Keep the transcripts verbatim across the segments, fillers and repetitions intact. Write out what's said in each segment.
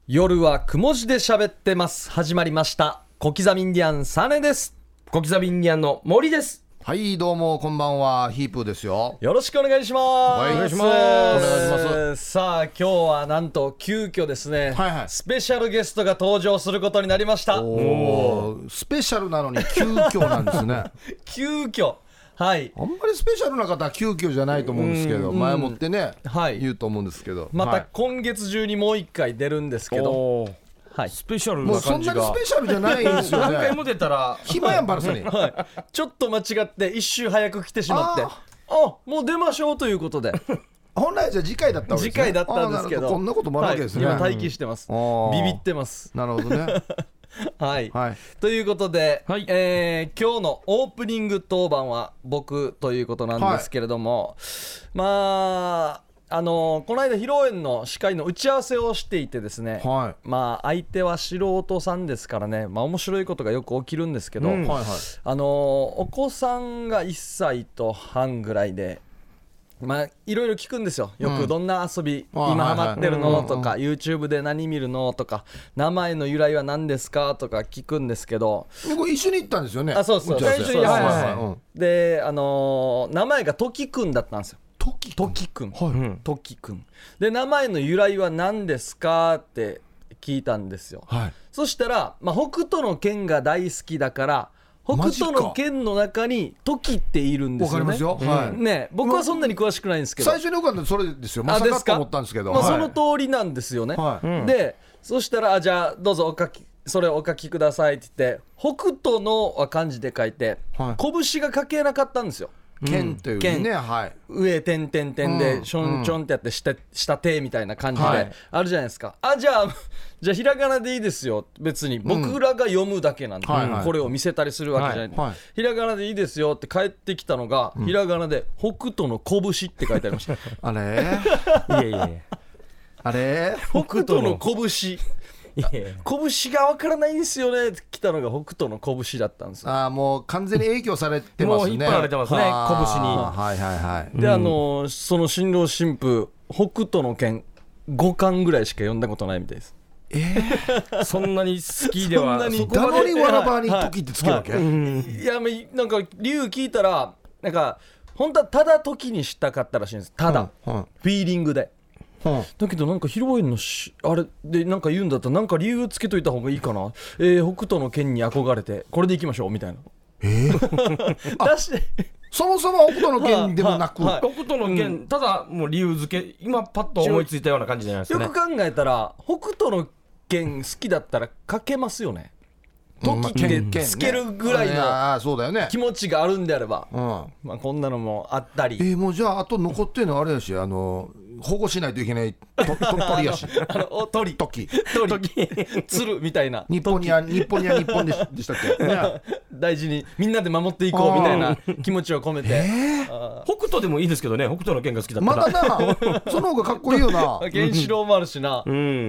夜はくも字で喋ってます。始まりました小刻みインディアンサネです。 小刻みインディアンの森です。 はい、どうもこんばんは、ヒープーですよ。 よろしくお願いします。 はい、お願いします。お願いします。 さあ今日はなんと急遽ですね、 はいはい、 スペシャルゲストが登場することになりました。 おー、スペシャルなのに急遽なんですね急遽、はい、 あんまりスペシャルな方は急遽じゃないと思うんですけど、前もってね、はい、言うと思うんですけど、 また今月中にもう一回出るんですけど、はいはい、 スペシャルな感じがもうそんなにスペシャルじゃないんですよね。 何回も出たら暇やんバラさに、 はい、ちょっと間違って一周早く来てしまって、ああもう出ましょうということで本来じゃ次回だったわけですね。 次回だったんですけど、 こんなこともあるわけですね、 はい、今待機してます。ビビってます。 なるほどねはい、 はい、 ということで、 はい、 えー、今日のオープニング当番は僕ということなんですけれども、はい、まああのー、この間披露宴の司会の打ち合わせをしていてですね、はい、まあ相手は素人さんですからね、まあ面白いことがよく起きるんですけど、うん、はいはい、あのー、お子さんがいっさいとはんぐらいで、まあいろいろ聞くんですよ。よくどんな遊び、うん、今ハマってるのとか、はいはい、YouTube で何見るのとか、名前の由来は何ですかとか聞くんですけど、 一緒に行ったんですよね。 あ、そうそう、 最初に、はいはい、 で、あのー、名前が時くんだったんですよ。時くん、 はい、 時くんで、名前の由来は何ですかって聞いたんですよ、はい、そしたら、まあ、北斗の拳が大好きだから北斗の拳の中に時っているんですよね。 わかりますよ、はい、 ね、僕はそんなに詳しくないんですけど、 最初に分かったのそれですよ。まさかと思ったんですけど、 まあ、その通りなんですよね、はい、でそしたら、あ、じゃあどうぞお書きそれをお書きくださいって言って、北斗のは漢字で書いて、はい、拳が書けなかったんですよ。 剣というね、はい、 上点点点でちょんちょんってやって下、下手みたいな感じであるじゃないですか、はい、あ、じゃあじゃあひらがなでいいですよ、別に僕らが読むだけなんで、うん、これを見せたりするわけじゃない、はいはい、ひらがなでいいですよって帰ってきたのが、うん、ひらがなで北斗の拳って書いてありましたあれいやいやあれ北斗の拳拳が分からないんですよねって来たのが北斗の拳だったんですよ。 あ、もう完全に影響されてますね。もう引っ張られてますね、拳に。 はいはいはい。 で、あのー、その新郎新婦北斗の拳ごかんぐらいしか読んだことないみたいです。 えー、 そんなに好きではそんなにダノリわらばに時ってつけるわけ、はいはいはい、 いや、なんか理由聞いたら、なんか本当はただ時にしたかったらしいんです。ただ、うんうん、フィーリングで、だけどなんか披露宴のしあれでなんか言うんだったら、なんか理由つけといた方がいいかな、えー、北斗の拳に憧れてこれでいきましょうみたいな、 えー、出してそもそも北斗の拳でもなく、 はいはい、北斗の拳、うん、ただもう理由付け、今パッと思いついたような感じじゃないですかね。 よく考えたら北斗の拳好きだったら書けますよね。時ってつけるぐらいの気持ちがあるんであれば、うん、まあ、こんなのもあったり、 えー、もうじゃああと残ってるのはあれやし、あの保護しないといけないと鳥やしあのお鳥鳥鳥鶴みたいな、 日本には日本には日本でしたっけ、ね、 大事にみんなで守っていこうみたいな気持ちを込めて、 えー、 北斗でもいいですけどね、北斗の拳が好きだったらまだなその方がかっこいいよな原子炉もあるしな、うん、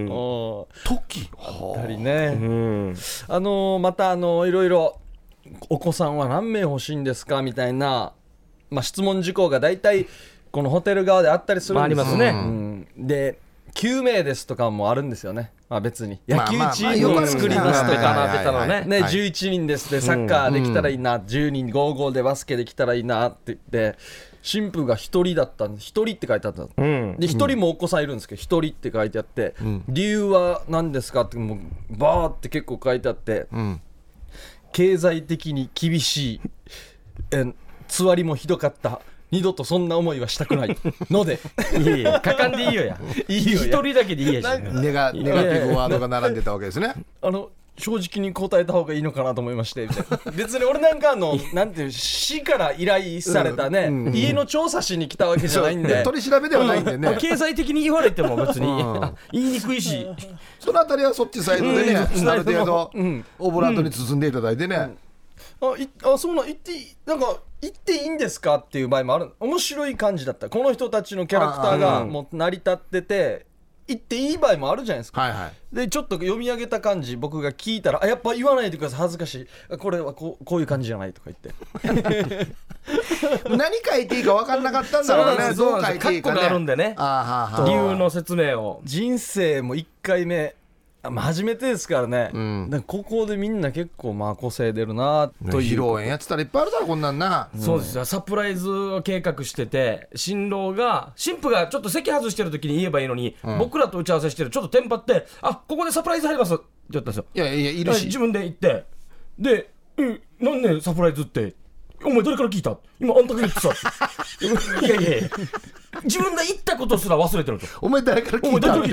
時あったりね、うん、あのー、またあのー、いろいろお子さんは何名欲しいんですかみたいな、まあ、質問事項がだいたいこのホテル側であったりするんですよ、 まあ、ありますね、 うん、できゅうめいですとかもあるんですよね。まあ、別に野球チームを作りますとかね、じゅういちにんですでサッカーできたらいいな、うん、じゅうにんごじゅうごでバスケできたらいいなって言って新婦がひとりだったんです。ひとりって書いてあった、うん、でひとりもお子さんいるんですけどひとりって書いてあって、うん、理由は何ですかってもうバーって結構書いてあって、うん、経済的に厳しい、えつわりもひどかった、二度とそんな思いはしたくないのでいやいや、かかんでいいよやいいよや、一人だけでいいやし、 ネガ、ネガティブワードが並んでたわけですね。 あの正直に答えた方がいいのかなと思いましてみたいな別に俺なんかのなんていう市から依頼されたね、うんうん、家の調査しに来たわけじゃないんで取り調べではないんでね、うん、 経済的に言われても別に、うん、言いにくいし、 そのあたりはそっちサイドでね、うん、ある程度、うん、オブラートに包んでいただいてね、 うん、あいあそうな言っていいなんか言っていいんですかっていう場合もある。面白い感じだった。この人たちのキャラクターがもう成り立ってて言っていい場合もあるじゃないですか、 はいはい、 でちょっと読み上げた感じ僕が聞いたら、あやっぱ言わないでください恥ずかしい、これはこう、こういう感じじゃないとか言って何書いていいか分からなかったんだろうね。どう書いていいかね、 カッコがあるんでね、 あはは理由の説明を。 人生もいっかいめまあ、初めてですからね、うん、だからここでみんな結構まあ個性出るなという、 披露宴やってたらいっぱいあるだろこんなんな、 うん、そうですよ。サプライズを計画してて、新郎が新婦がちょっと席外してる時に言えばいいのに、うん、僕らと打ち合わせしてるちょっとテンパって、あ、ここでサプライズ入りますって言ったんですよ。 いやいやいるし、 自分で言って、で、え、なんでサプライズって、お前誰から聞いた、今あんたが言ってたっていやいやいや、自分で言ったことすら忘れてると。 お前誰から聞いたって、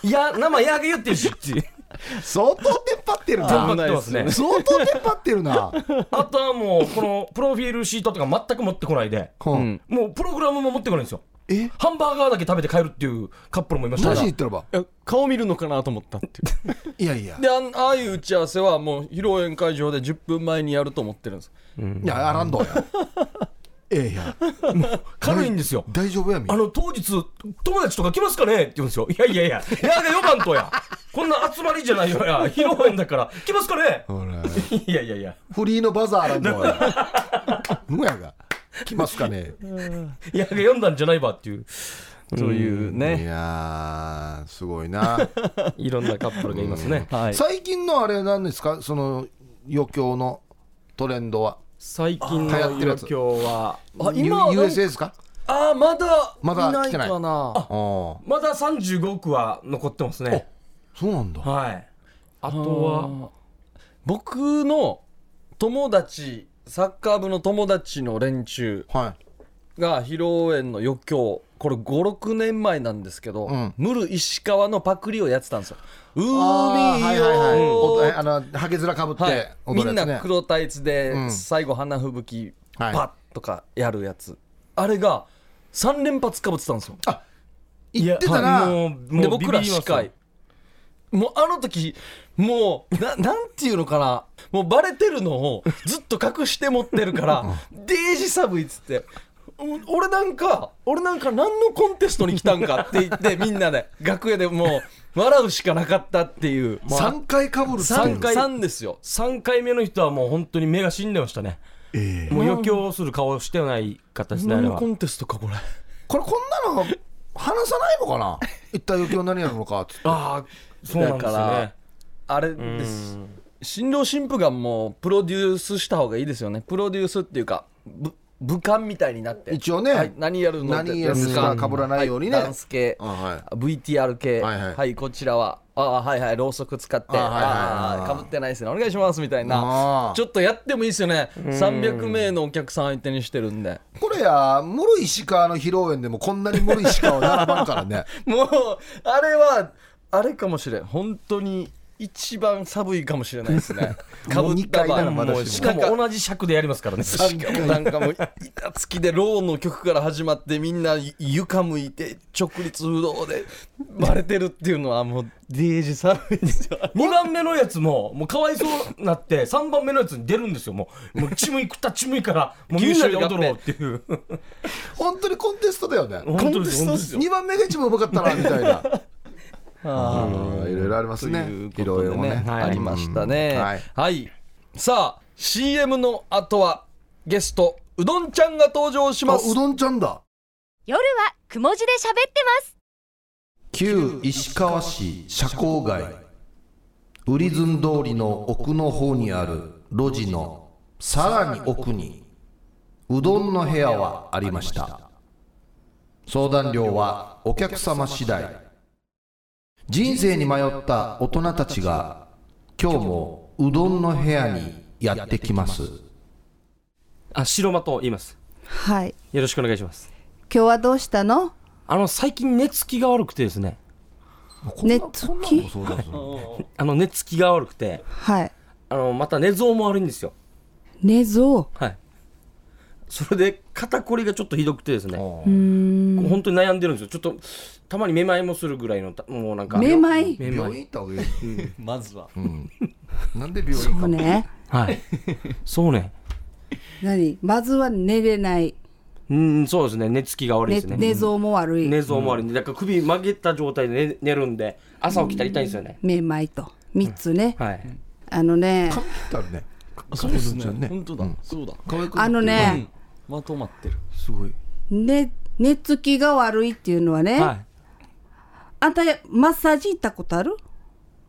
いや、生やが言ってるしって相当テンパってるな。 テンパってますね。 相当テンパってるな。 あとはもうこのプロフィールシートとか全く持ってこないで、うん、もうプログラムも持ってこないんですよ。え、ハンバーガーだけ食べて帰るっていうカップルもいましたから。 何言ってれば、 いや顔見るのかなと思ったっていういやいや、 で あ, ああいう打ち合わせはもう披露宴会場でじゅっぷんまえにやると思ってるんです、 うん、いややらんどうやええやもう軽いんですよ。 大丈夫やみんな。 あの当日友達とか来ますかねって言うんですよ。いやいやいや、いやがよばんとやこんな集まりじゃないよや、披露宴だから来ますかねいやいやいや、 フリーのバザーなんだよむやが来ますかねいやが読んだんじゃないばっていうそういうね。 いやすごいないろんなカップルがいますね、 はい、最近のあれなんですか、その余興のトレンドは。 最近の余興はあ今 ユーエスエー ですか。 あまだまだいないかな。 あまださんじゅうごおくは残ってますね。 そうなんだ。 はい。あとは僕の友達、サッカー部の友達の連中が披露宴の余興、これごろくねんまえなんですけど、うん、ムル石川のパクリをやってたんですよ。海よ、はいはいはい、あのハゲ面かぶって踊るやつ、ね、 みんな黒タイツで、うん、最後花吹雪パッとかやるやつ、はい、あれがさん連発かぶってたんですよ。 あ、言ってたな、 はい、もうもうで僕ら司会、もうあの時もう な, なんていうのかな、もうバレてるのをずっと隠して持ってるからデージ寒いっつって、俺なんか俺なんか何のコンテストに来たんかって言ってみんなで楽屋でもう笑うしかなかったっていう、 まあ、さんかいかぶるさんかいさんですよ。 さんかいめの人はもう本当に目が死んでましたね、えー、もう余興する顔してない方ですね。 何のコンテストかこれこれこんなの話さないのかな一体余興何やるのかってああそうなんですよね。 あれです、新郎新婦がもうプロデュースした方がいいですよね。プロデュースっていうか武漢みたいになって一応ね、 はい、何やるの何やるんですか、かぶらないようにね、 はい、ダンス系、はい、ブイティーアール 系、はいはい、はい、こちらはあはいはいろうそく使ってかぶってないですねお願いしますみたいな、ちょっとやってもいいですよね。さんびゃくめいのお客さん相手にしてるんで。 これやムル石川の披露宴でもこんなにムル石川は並ばんからねもうあれはあれかもしれん、本当に一番寒いかもしれないですね。かぶった場合もしかも同じ尺でやりますからね。 しかもなんかもう板付きでローの曲から始まってみんな床向いて直立不動でバレてるっていうのはもうデージ寒いんですよ。 にばんめのやつももうかわいそうになってさんばんめのやつに出るんですよ。もうもうちむいくったちむいからもうみんなで踊ろうっていう本当にコンテストだよね。 コンテストですよ。 にばんめが一番うまかったなみたいなあいろいろありますね。披露宴もね、 はい、ありましたね、うんはい、はい。さあ シーエム の後はゲストうどんちゃんが登場します。 うどんちゃんだ。 夜はくも字で喋ってます。 旧石川市社交街売りず通りの奥の方にある路地のさらに奥にうどんの部屋はありました。相談料はお客様次第。人生に迷った大人たちが今日もうどんの部屋にやってきます。 あ、白間と言います。 はい、 よろしくお願いします。 今日はどうしたの？ あの最近寝つきが悪くてですね。 寝つき？ あの寝つきが悪くて、 はい、 あのまた寝相も悪いんですよ。 寝相？ はい。それで肩こりがちょっとひどくてですね、うーん本当に悩んでるんですよ。ちょっとたまにめまいもするぐらいのもうなんかめまい病院行った方がいい、うん、 まずは、 うん、なんで病院行ったそうねはいそうね何まずは寝れない。 うんそうですね、寝つきが悪いですね。 寝相も悪い。 寝相も悪いんでだから首曲げた状態で 寝, 寝るんで朝起きたら痛いんですよね。 めまいとみっつね、 うん、はい。 あのね髪切ったらねそうですね本当だ、うん、そうだあのね、 うん、まとまってるすごい。 寝寝つきが悪いっていうのはね、はい、あんたマッサージ行ったことある？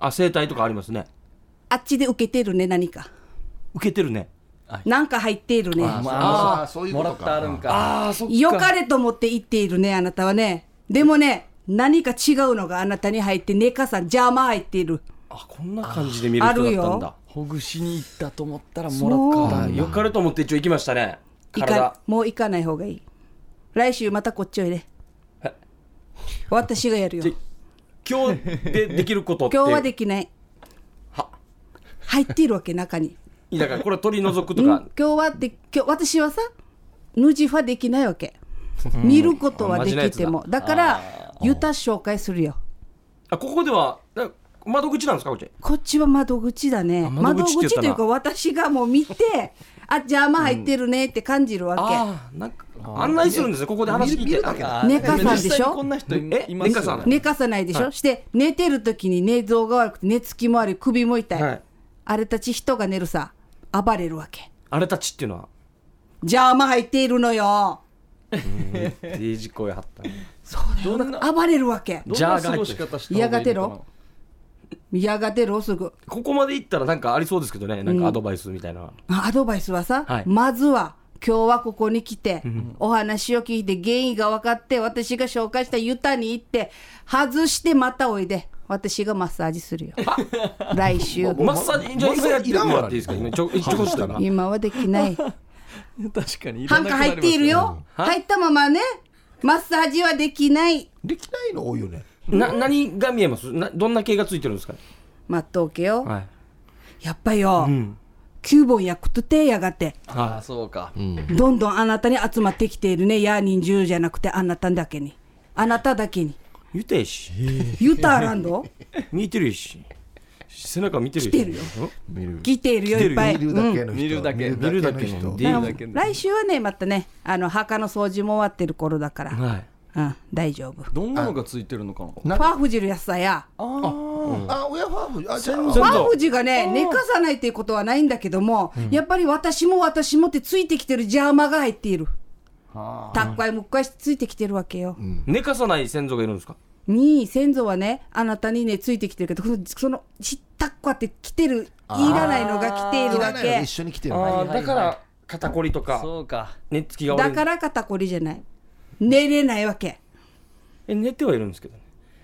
あ、整体とかありますね。 あっちで受けてるね、何か受けてるね。 なんか入っているね。 あああそういうもらことか。 ってあるんか。 ああ、そっか。 良かれと思って言っているね、あなたはね。でもね、何か違うのがあなたに入って、寝かさん邪魔入っている。 あ、こんな感じで見る人だったんだ。 ほぐしに行ったと思ったらもらったあ、よかれと思って一応行きましたね。 行体かもう行かない方がいい。来週またこっちおいで。 え私がやるよ。 じ今日でできることって今日はできない。 は入っているわけ、中に。 いやだからこれ取り除くとうん、 か今日はで今日私はさ、ヌジファできないわけ。見ることはできても。だからユタ紹介するよ。 あ、ここではな窓口なんですか、こっち。 こっちは窓口だね。 あ窓窓口って言ったな口というか、私がもう見て、あ、邪魔入ってるねって感じるわけ。 ああ、なんか案内するんですね、ここで話聞いて。 だけだ。 寝かさんでしょ実際にこんな人いえいますよね寝かさん寝かさないでしょ、 はいして寝てる時に寝相が悪くて寝つきも悪い、首も痛い、 はい。 あれたち人が寝るさ、暴れるわけ。 あれたちっていうのは邪魔入っているのよ。 デジコやはったね。 そうだよ、だから暴れるわけ。 どんな過ごし方した方がいいのかな。 嫌がてろ嫌がてろすぐ。 ここまで行ったらなんかありそうですけどね、なんかアドバイスみたいな。 あアドバイスはさ、 はいまずは今日はここに来て、お話を聞いて原因が分かって、私が紹介したユタに行って外してまたおいで、私がマッサージするよ来週。 マッサージじゃあ今やってもらっていいですか。今ちょちょこっとな。 今はできない。 確かにハンカ入っているよ、 うん入ったままね、マッサージはできない。 できないの多いよね。 な何が見えます。などんな毛がついてるんですか。 待っとけよ、 はい。 やっぱよ、 うん。 きゅうぼん焼くとてやがてああそうか、 どんどんあなたに集まってきているね。や人数じゃなくてあなただけに、あなただけに。 言うてえし。 ユターランド見てるし。背中見てるし。 来てるようん見る来ているよ、いっぱい。 見るだけの人、 見るだけ見るだけの人。 見るだけのうんだけの来週はね、またね、あの墓の掃除も終わってる頃だから、 はい。 うん、大丈夫。フどんなのがついてるのかな。 ァーフジるやつさや、 あ、親ファーフ、あ、じゃあ、 ファーフジがね、寝かさないっていうことはないんだけども、やっぱり私も私もってついてきてる邪魔が入っている。たっかいむっかいしてついてきてるわけよ。 寝かさない先祖がいるんですか。 に先祖はね、あなたにねついてきてるけど、そのそのひったっこって来てる、いらないのが来ているわけいらないの一。緒に来てるの。 ああ、だから肩こりとかそうか。 寝つきが悪い。 だから肩こりじゃない、寝れないわけ。 え寝てはいるんですけどね。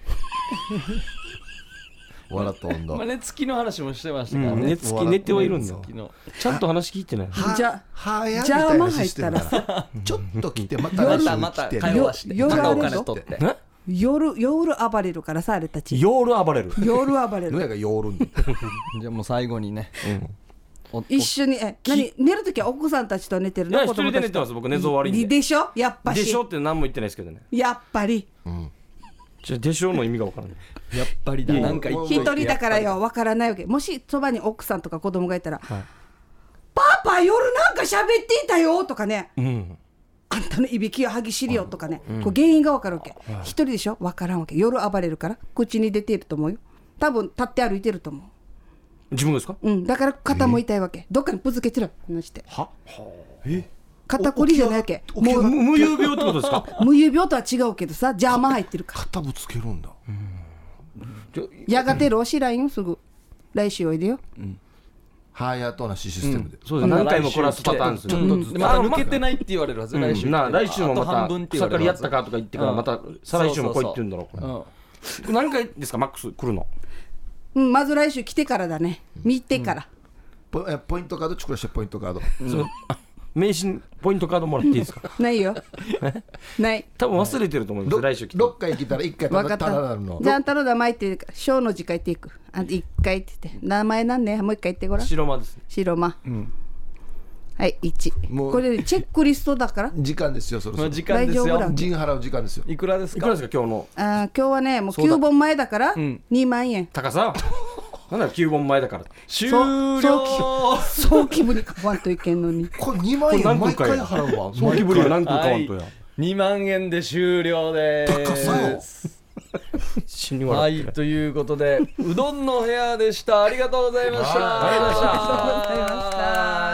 笑った温度まあ。寝つきの話もしてましたからうん、 ね。 寝つき寝てはいるんだ寝つきのちゃんと話聞いてない。 はじゃはやみたいなシステム邪魔入だ。ちょっと来てまたま来週たまた来て会話してよまたお夜あれぞ金取って。 ね夜夜暴れるからさ、あれたち夜暴れる。 夜暴れる。 のやが夜に。 じゃあもう最後にね。お一緒にえ何寝るときは奥さんたちと寝てるの。 いや一人子供たちとで寝てます。僕寝相悪いんで。 でしょ、やっぱしでしょって何も言ってないですけどね。 やっぱりじゃあでしょの意味がわからない。 やっぱりだ。なんか言っといて一人だからよ、わからないわけ。もしそばに奥さんとか子供がいたら、 はいパパ夜なんか喋っていたよとかね、 うん。 あんたのいびきが激しいよとかね、こう原因がわかるわけ。一人でしょ、わからんわけ。夜暴れるから口に出ていると思うよ。多分立って歩いてると思う。 自分ですか。 うん、だから肩も痛いわけ。どっかにぶつけてる話して。 は。 肩こりじゃないわけ。もうむ無遊病ってことですか。 無遊病とは違うけどさ、邪魔入ってるから。 肩ぶつけるんだ。 やがてロシラインよ、すぐ来週おいでよ。 はやと同じシステムで。 そうです。何回もこらすパターンですよ。 ちょっとずつでまた抜けてないって言われるはず。来週うんな来週もあとまた半分って言わ草刈りやっれるはずたかとか言ってからまた再来週も来いって言うんだろう。こうんれ何回ですかマックス来るの。 うん、まず来週来てからだね。見てから。 ポえポイントカード、チクラしてポイントカード。 そうあ名刺ポイントカードもらっていいですか。 ないよ。ない。 多分忘れてると思います。来週来て。 ろっかい来たらいっかいたわかっただなるの。 じゃああんたの名前って言うから小の字書いていく。あんた一回って言って名前なんね、もう一回言ってごらん。 白間ですね。 白間、はいいち。 もうこれでチェックリストだから。 時間ですよ、そろそろ。 まあ時間ですよ大丈夫だ。 陣払う時間ですよ。 いくらですか。 いくらですか今日のあー今日はねもうそうだきゅうぼんまえだからんにまん円。 高さ。なんだきゅうぼんまえだから。 終そう了。 早期部に買わんといけんのに。 これにまん円毎回払うわ。 早期ぶりが何個買わんとや。 にまん円で終了で高さよす。 死にはい笑ってる。 ということでうどんの部屋でした。ありがとうございました。 はいありがとうございましたありがとうございました。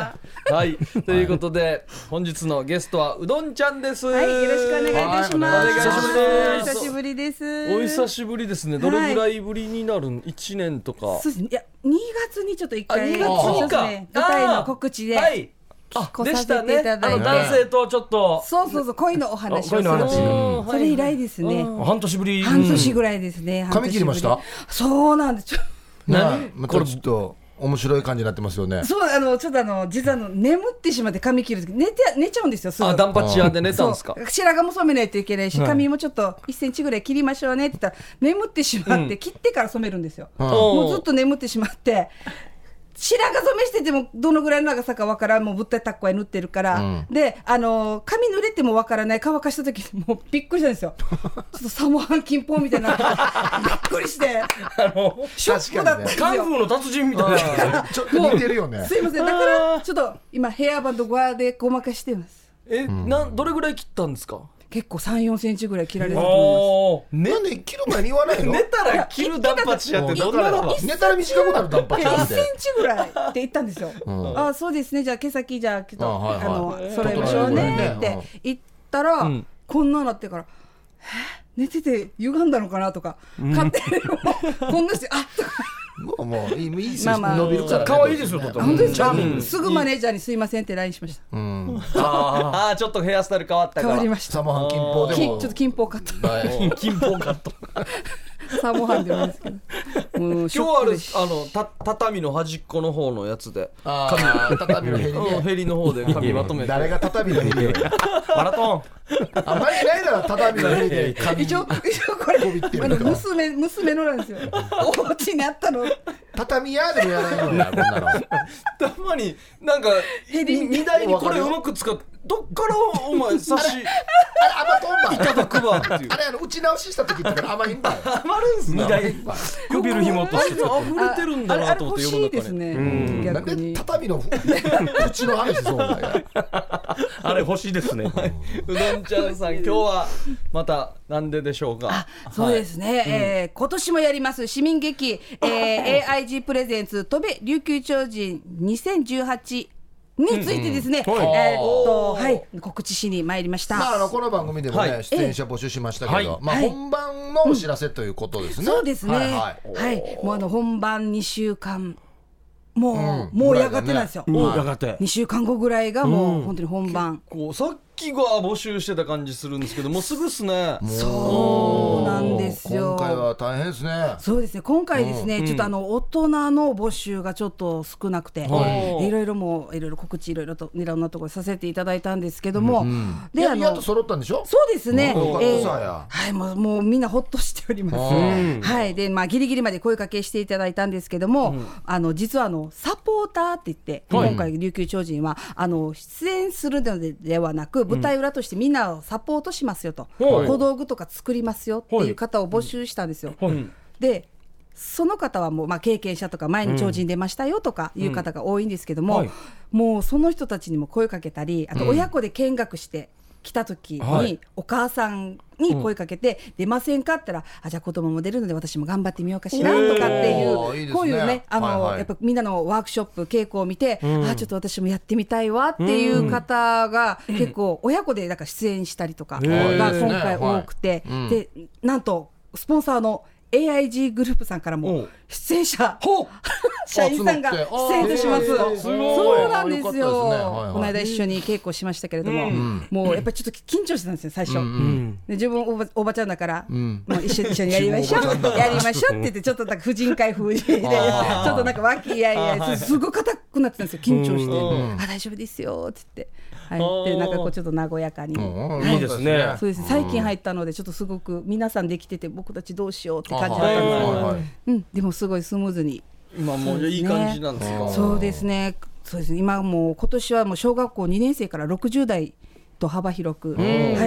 はい、ということで本日のゲストはうどんちゃんです。 はい、よろしくお願いいたします。 はい、お願いします。 久しぶりです。 お久しぶりですね。どれぐらいぶりになるん？いちねんとか。 そうですね。いや、にがつにちょっと一回、 あ、にがつにか、 ね、舞台の告知で、 はい、 来させていただいて、 ね、男性とちょっとそうそうそう、恋のお話をする。それ以来ですね。 半年ぶり。 半年ぐらいですね。 髪切りました？ そうなんです。 何？またちょっと面白い感じになってますよね。 そう、あのちょっとあの実はあの眠ってしまって髪切る時寝て寝ちゃうんですよ。すぐ。 あ、ダンパチ屋で寝たんですか。 白髪も染めないといけないし、髪もちょっといっセンチぐらい切りましょうねって言ったら眠ってしまって、切ってから染めるんですよ。もうずっと眠ってしまって。白髪染めしててもどのぐらいの長さかわからん、もうぶったいたっこや塗ってるから、うん、であの髪濡れてもわからない、乾かした時にもうびっくりしたんですよ。ちょっとサモハン金峰みたいなびっくりしてあのショックだったんですよ。 カンフーの達人みたいなちょっと似てるよね。 すいません、だからちょっと今ヘアバンドゴアでごまかしてます。 え、うん、などれぐらい切ったんですか。 結構 さん,よん センチぐらい切られたと思います。 なんで切る前に言わないの？ 寝たら切るダンパチやってどうなるの？ 寝たら短くなるダンパチやって。 いっセンチぐらいって言ったんですよ。うん、あ、そうですね、じゃあ毛先じゃあちょっとあ、はいはい、あの揃えましょうねって言ったら、うん、こんななってから、寝てて歪んだのかなとか、うん、勝手にこんなしてあっとか。 もうもういいですよ、伸びるからね。 可愛いですよ。 本当ですか。うん、すぐマネージャーにすいませんって ライン しました。うん、 ああ、ちょっとヘアスタイル変わったから。 変わりました。 サモハン金峰でもちょっと金峰カット。 金峰カット。 サモハンでもいいですけど。 今日はあれあのた畳の端っこの方のやつで、 髪畳のヘリね。 ヘリの方で髪まとめて。 誰が畳のヘリ？ マラトン。 あんまりないだろ畳のヘリで髪。 一応一応これあの娘娘のなんですよ。お家にあったの。 畳屋でもやらないのや、こんなの。 たまになんか荷台にこれうまく使って、どっからお前差しあれ甘とんばいただくばっていう。 あれあの打ち直しした時ってから甘いんだよ。 余るんすね。 荷台くびる紐として溢れてるんだなと思って世の中に。 欲しいですね。 なんで畳の口の話そうだよ。 あれ欲しいですね。 うどんちゃんさん、今日はまたなんででしょうか。 あ、そうですね、はい、えー、今年もやります市民劇、えー、エーアイジー プレゼンツ飛べ琉球超人にせんじゅうはちについてですね、うんうん、えー、っとはい、告知しに参りました。 まあ、あのこの番組でもね、はい、出演者募集しましたけど、はい、まあ、本番のお知らせということですね。 うん、そうですね、はいはい、はい、もうあの本番にしゅうかんもう、うん、もうやがてなんですよ、 もうやがてにしゅうかんごぐらいがもう本当に本番、 こうさっきが募集してた感じするんですけど、もうすぐっすね。 そうなんですよ。 今回は大変ですね。 そうですね、今回ですね、うん、ちょっとあの大人の募集がちょっと少なくて、はい、いろいろもういろいろ告知いろいろといろんなところさせていただいたんですけども、うんうん、 であのやっと揃ったんでしょ。 そうですね、 うん、 えー、はい、もう、もうみんなほっとしております、はい、で、まあ、ギリギリまで声かけしていただいたんですけども、うん、あの実はあのサポーターって言って、はい、今回琉球超人はあの出演するのではなく舞台裏としてみんなをサポートしますよと、はい、小道具とか作りますよっていう方を募集したんですよ、はい、でその方はもう、まあ、経験者とか前に超人出ましたよとかいう方が多いんですけども、うん、はい、もうその人たちにも声かけたり、あと親子で見学して来た時に、はい、お母さんに声かけて、うん、出ませんかって言ったら、あ、じゃあ子供も出るので私も頑張ってみようかしらとかっていう、いいこういうね、あの、はいはい、やっぱみんなのワークショップ稽古を見て、うん、あ、ちょっと私もやってみたいわっていう方が、うん、結構親子でなんか出演したりとかが今回多くて、で、はい、でなんとスポンサーのエーアイジー グループさんからも出演者社員さんが出演します。そうなんですよ、ね、はいはい、この間一緒に稽古しましたけれども、うん、もうやっぱりちょっと緊張してたんですよ最初、うん、で自分おば、おばちゃんだから、うん、もう一緒に一緒にやりましょうやりましょうって言って、ちょっとなんか婦人会風でちょっとなんか和気あいあいすごい硬くなってたんですよ、緊張して、うん、あ、大丈夫ですよって言って、はい、でなんかこうちょっと和やかに、 はい、いいですね。 そうです、最近入ったのでちょっとすごく皆さんできてて、僕たちどうしようって感じだったんですけど、はい、うん、でもすごいスムーズに今もういい感じなんですか。 そうですね、そうですね、今もう今年はもう小学校にねん生からろくじゅう代と幅広く、はい、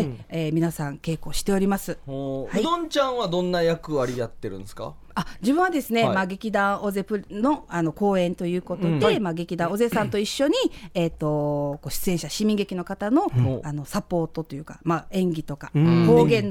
えー、皆さん稽古しております。 はい、うどんちゃんはどんな役割やってるんですか。 あ、自分はですね、はい、まあ、劇団オゼプ の, あの公演ということで、うん、はい、まあ、劇団オゼさんと一緒に、えー、とこう出演者市民劇の方 の,、うん、あのサポートというか、まあ、演技とか、うん、方言の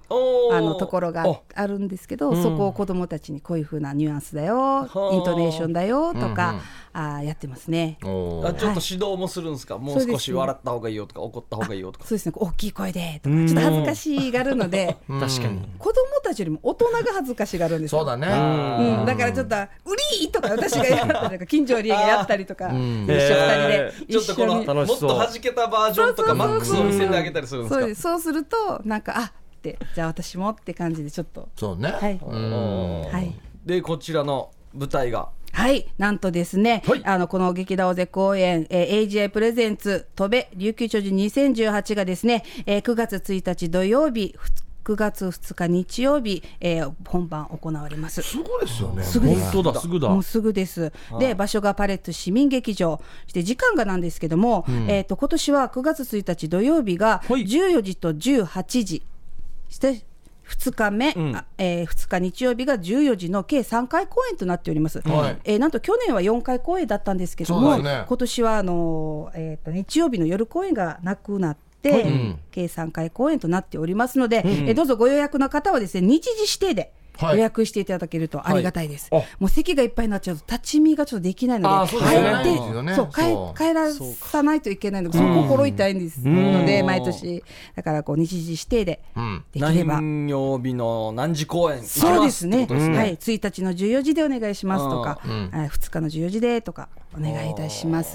あのところがあるんですけど、うん、そこを子どもたちにこういう風なニュアンスだよ、イントネーションだよとか、うんうん、あやってますね。 あちょっと指導もするんですか、はい、もう少し笑った方がいいよとか怒った方がいいよとか。 そうですね、大きい声でとかちょっと恥ずかしがるので確かに子どもたちよりも大人が恥ずかしがるんですよ。 そうだね、 うん、だからちょっとウリーとか私がやったりとか近所リーがやったりとか、うん、一緒二人でちょっとこのもっと弾けたバージョンとかマックスを見せてあげたりするんですか。 そうです。そうするとなんかあじゃあ私もって感じでちょっとそうね、 はいはい、 でこちらの舞台がはいなんとですね、はい、あのこの劇団大勢公演、えー、エージーアイ プレゼンツ戸部琉球超人にせんじゅうはちがですね、えー、くがつついたち土曜日くがつふつか日曜日、えー、本番行われます。 すごいですよね。 すぐです。 本当だすぐだもうすぐです。で場所がパレット市民劇場して時間がなんですけども、うん、えー、と今年はくがつついたち土曜日がじゅうよじとじゅうはちじ、してふつかめ、うんえー、ふつか日曜日がじゅうよじの計さんかい公演となっております、はいえー、なんと去年はよんかい公演だったんですけども、ね、今年はあのーえー、と日曜日の夜公演がなくなって、はいうん、計さんかい公演となっておりますので、うんえー、どうぞご予約の方はですね日時指定で予約していただけるとありがたいです、はい、もう席がいっぱいになっちゃうと立ち見がちょっとできないので帰ってそう帰帰らさないといけないのでその心痛いんですので毎年だからこう日時指定でできれば、 うん、何曜日の何時公演そうですね、うんはい、ついたちのじゅうよじでお願いしますとか、うん、ふつかのじゅうよじでとかお願いいたします。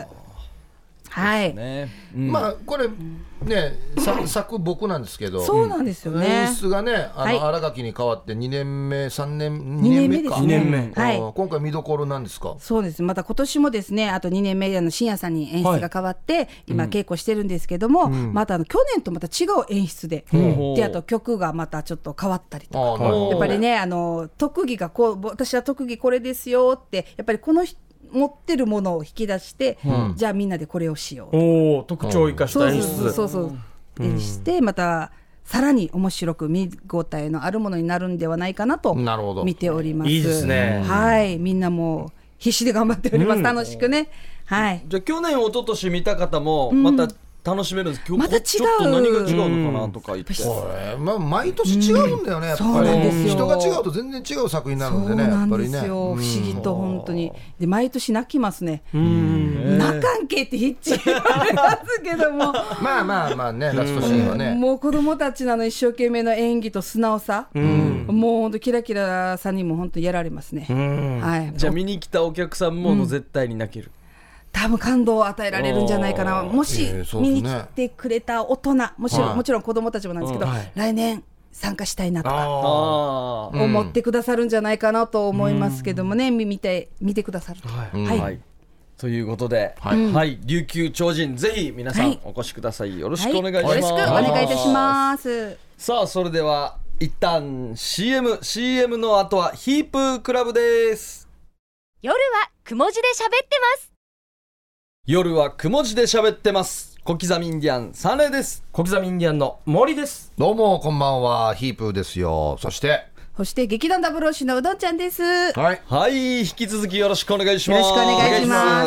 はい、ねうん、まあこれね作僕なんですけどそうなんですよね演出がねあの新垣に変わってにねんめさんねんにねんめかにねんめ、 はい、 今回見どころなんですか。 そうですまた今年もですねあとにねんめの深夜さんに演出が変わって、はい、今稽古してるんですけども、うん、またあの去年とまた違う演出で、うん、であと曲がまたちょっと変わったりとかやっぱりねあの特技がこう私は特技これですよってやっぱりこの人持ってるものを引き出して、うん、じゃあみんなでこれをしようお特徴を生かした演出そうそうそうそう演してまたさらに面白く見応えのあるものになるんではないかなと見ております。 いいですねはいみんなも必死で頑張っております、うん、楽しくねはいじゃあ去年一昨年見た方もまた、うん楽しめるんです。今日また違うちょっと何が違うのかなとか言って、 うん、まあ、毎年違うんだよね、うん、やっぱり人が違うと全然違う作品になるんでね。 そうなんですよ、 やっぱりね、 不思議と本当にで毎年泣きますね。うん泣かんけってひっち言われますけどもまあまあまあねラストシーンはねもう子供たちの一生懸命な演技と素直さ、うん、もう本当キラキラさにも本当やられますね、うんはい、 じゃあ見に来たお客さんも、うん、絶対に泣ける多分感動を与えられるんじゃないかな。もし見に来てくれた大人もちろん、はい、もちろん子どもたちもなんですけど、はい、来年参加したいなとか思ってくださるんじゃないかなと思いますけどもね、うん、見て見てくださると、はいはいはい、ということで、はいはい、琉球超人ぜひ皆さんお越しください、はい、よろしくお願いします、 はい、よろしくお願いいたします。 さあそれでは一旦 シーエム シーエム の後はヒープークラブです。 夜はくも字で喋ってます。 夜はくも字で喋ってます。小刻みインディアンサネです。 小刻みインディアンの森です。 どうもこんばんはヒープーですよ。そしてそして劇団ダブルオシのうどんちゃんです。 はい、 はい、引き続きよろしくお願いします。 よろしくお願いします。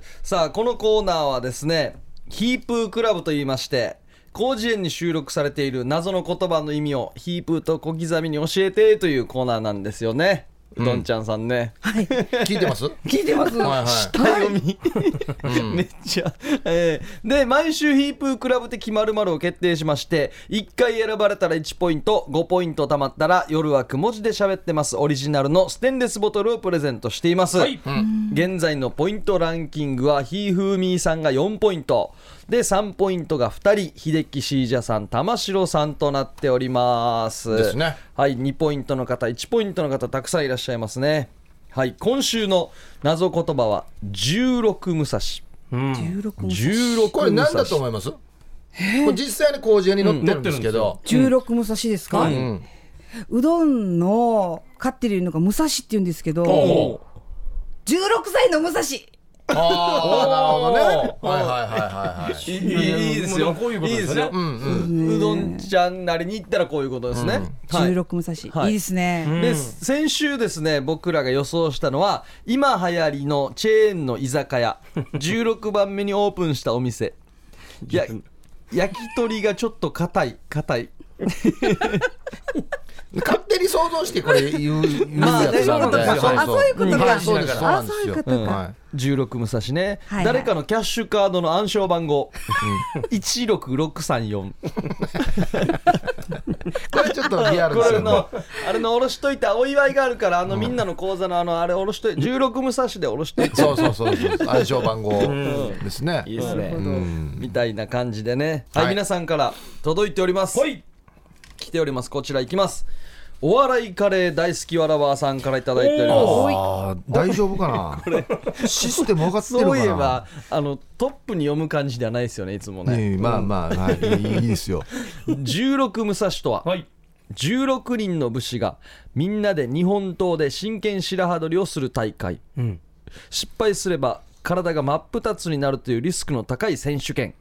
さあこのコーナーはですねヒープークラブと言いまして広辞苑に収録されている謎の言葉の意味をヒープーと小刻みに教えてというコーナーなんですよね。うどんちゃんさんね、 うんはい、 聞いてます聞いてます、はいはい、 下読み、うん、めっちゃ、えー、で毎週ヒープークラブ的〇〇を決定しましていっかい選ばれたらいちポイントごポイント貯まったら夜はくも字で喋ってますオリジナルのステンレスボトルをプレゼントしています、はいうん、現在のポイントランキングはひーふーみーさんがよんポイントでさんポイントがふたり秀樹シージャさん玉城さんとなっておりますですね。 はい、にポイントの方いちポイントの方たくさんいらっしゃいますね。はい、今週の謎言葉はじゅうろく武蔵、 うん、じゅうろく武蔵じゅうろくこれ何だと思います？これ実際に広辞苑に載ってるんですけど、 うん、じゅうろく武蔵ですか、うん、うどんの飼ってるのが武蔵って言うんですけどじゅうろくさいの武蔵ああなるほどね。はいはいはいはい、はい、 い, い, いいですよ。こういうことですね。うんうん、うどんちゃんなりに言ったらこういうことですね。うんはい、じゅうろく武蔵、はい、いいですね。 で先週ですね僕らが予想したのは今流行りのチェーンの居酒屋じゅうろくばんめにオープンしたお店や焼き鳥がちょっと硬い硬い勝手に想像してこれ言う言うまあやつなんで、 ねそうあそういうことか、 はいそうですそうなんですよ。 あそういうことかはいじゅうろく武蔵ね、 はいはい誰かのキャッシュカードの暗証番号いちろくろくさんよん、 これちょっとリアルですよね。 これのあれの下ろしといてお祝いがあるから、あのみんなの口座のあのあれ下ろしといてじゅうろく武蔵で下ろしといてそうそうそうそう暗証番号ですね。 いいですね、 うんみたいな感じでね、はい、 はい皆さんから届いております。 はい来ております。こちらいきます。お笑いカレー大好きわらばーさんからいただいております。 あー大丈夫かな。システム分かってるのかな。 そういえばあのトップに読む感じではないですよね、いつもね。 ねえまあまあ、はい、いいですよ。 じゅうろく武蔵とは、 はいじゅうろくにんの武士がみんなで日本刀で真剣白刃取りをする大会、 うん、 失敗すれば体が真っ二つになるというリスクの高い選手権。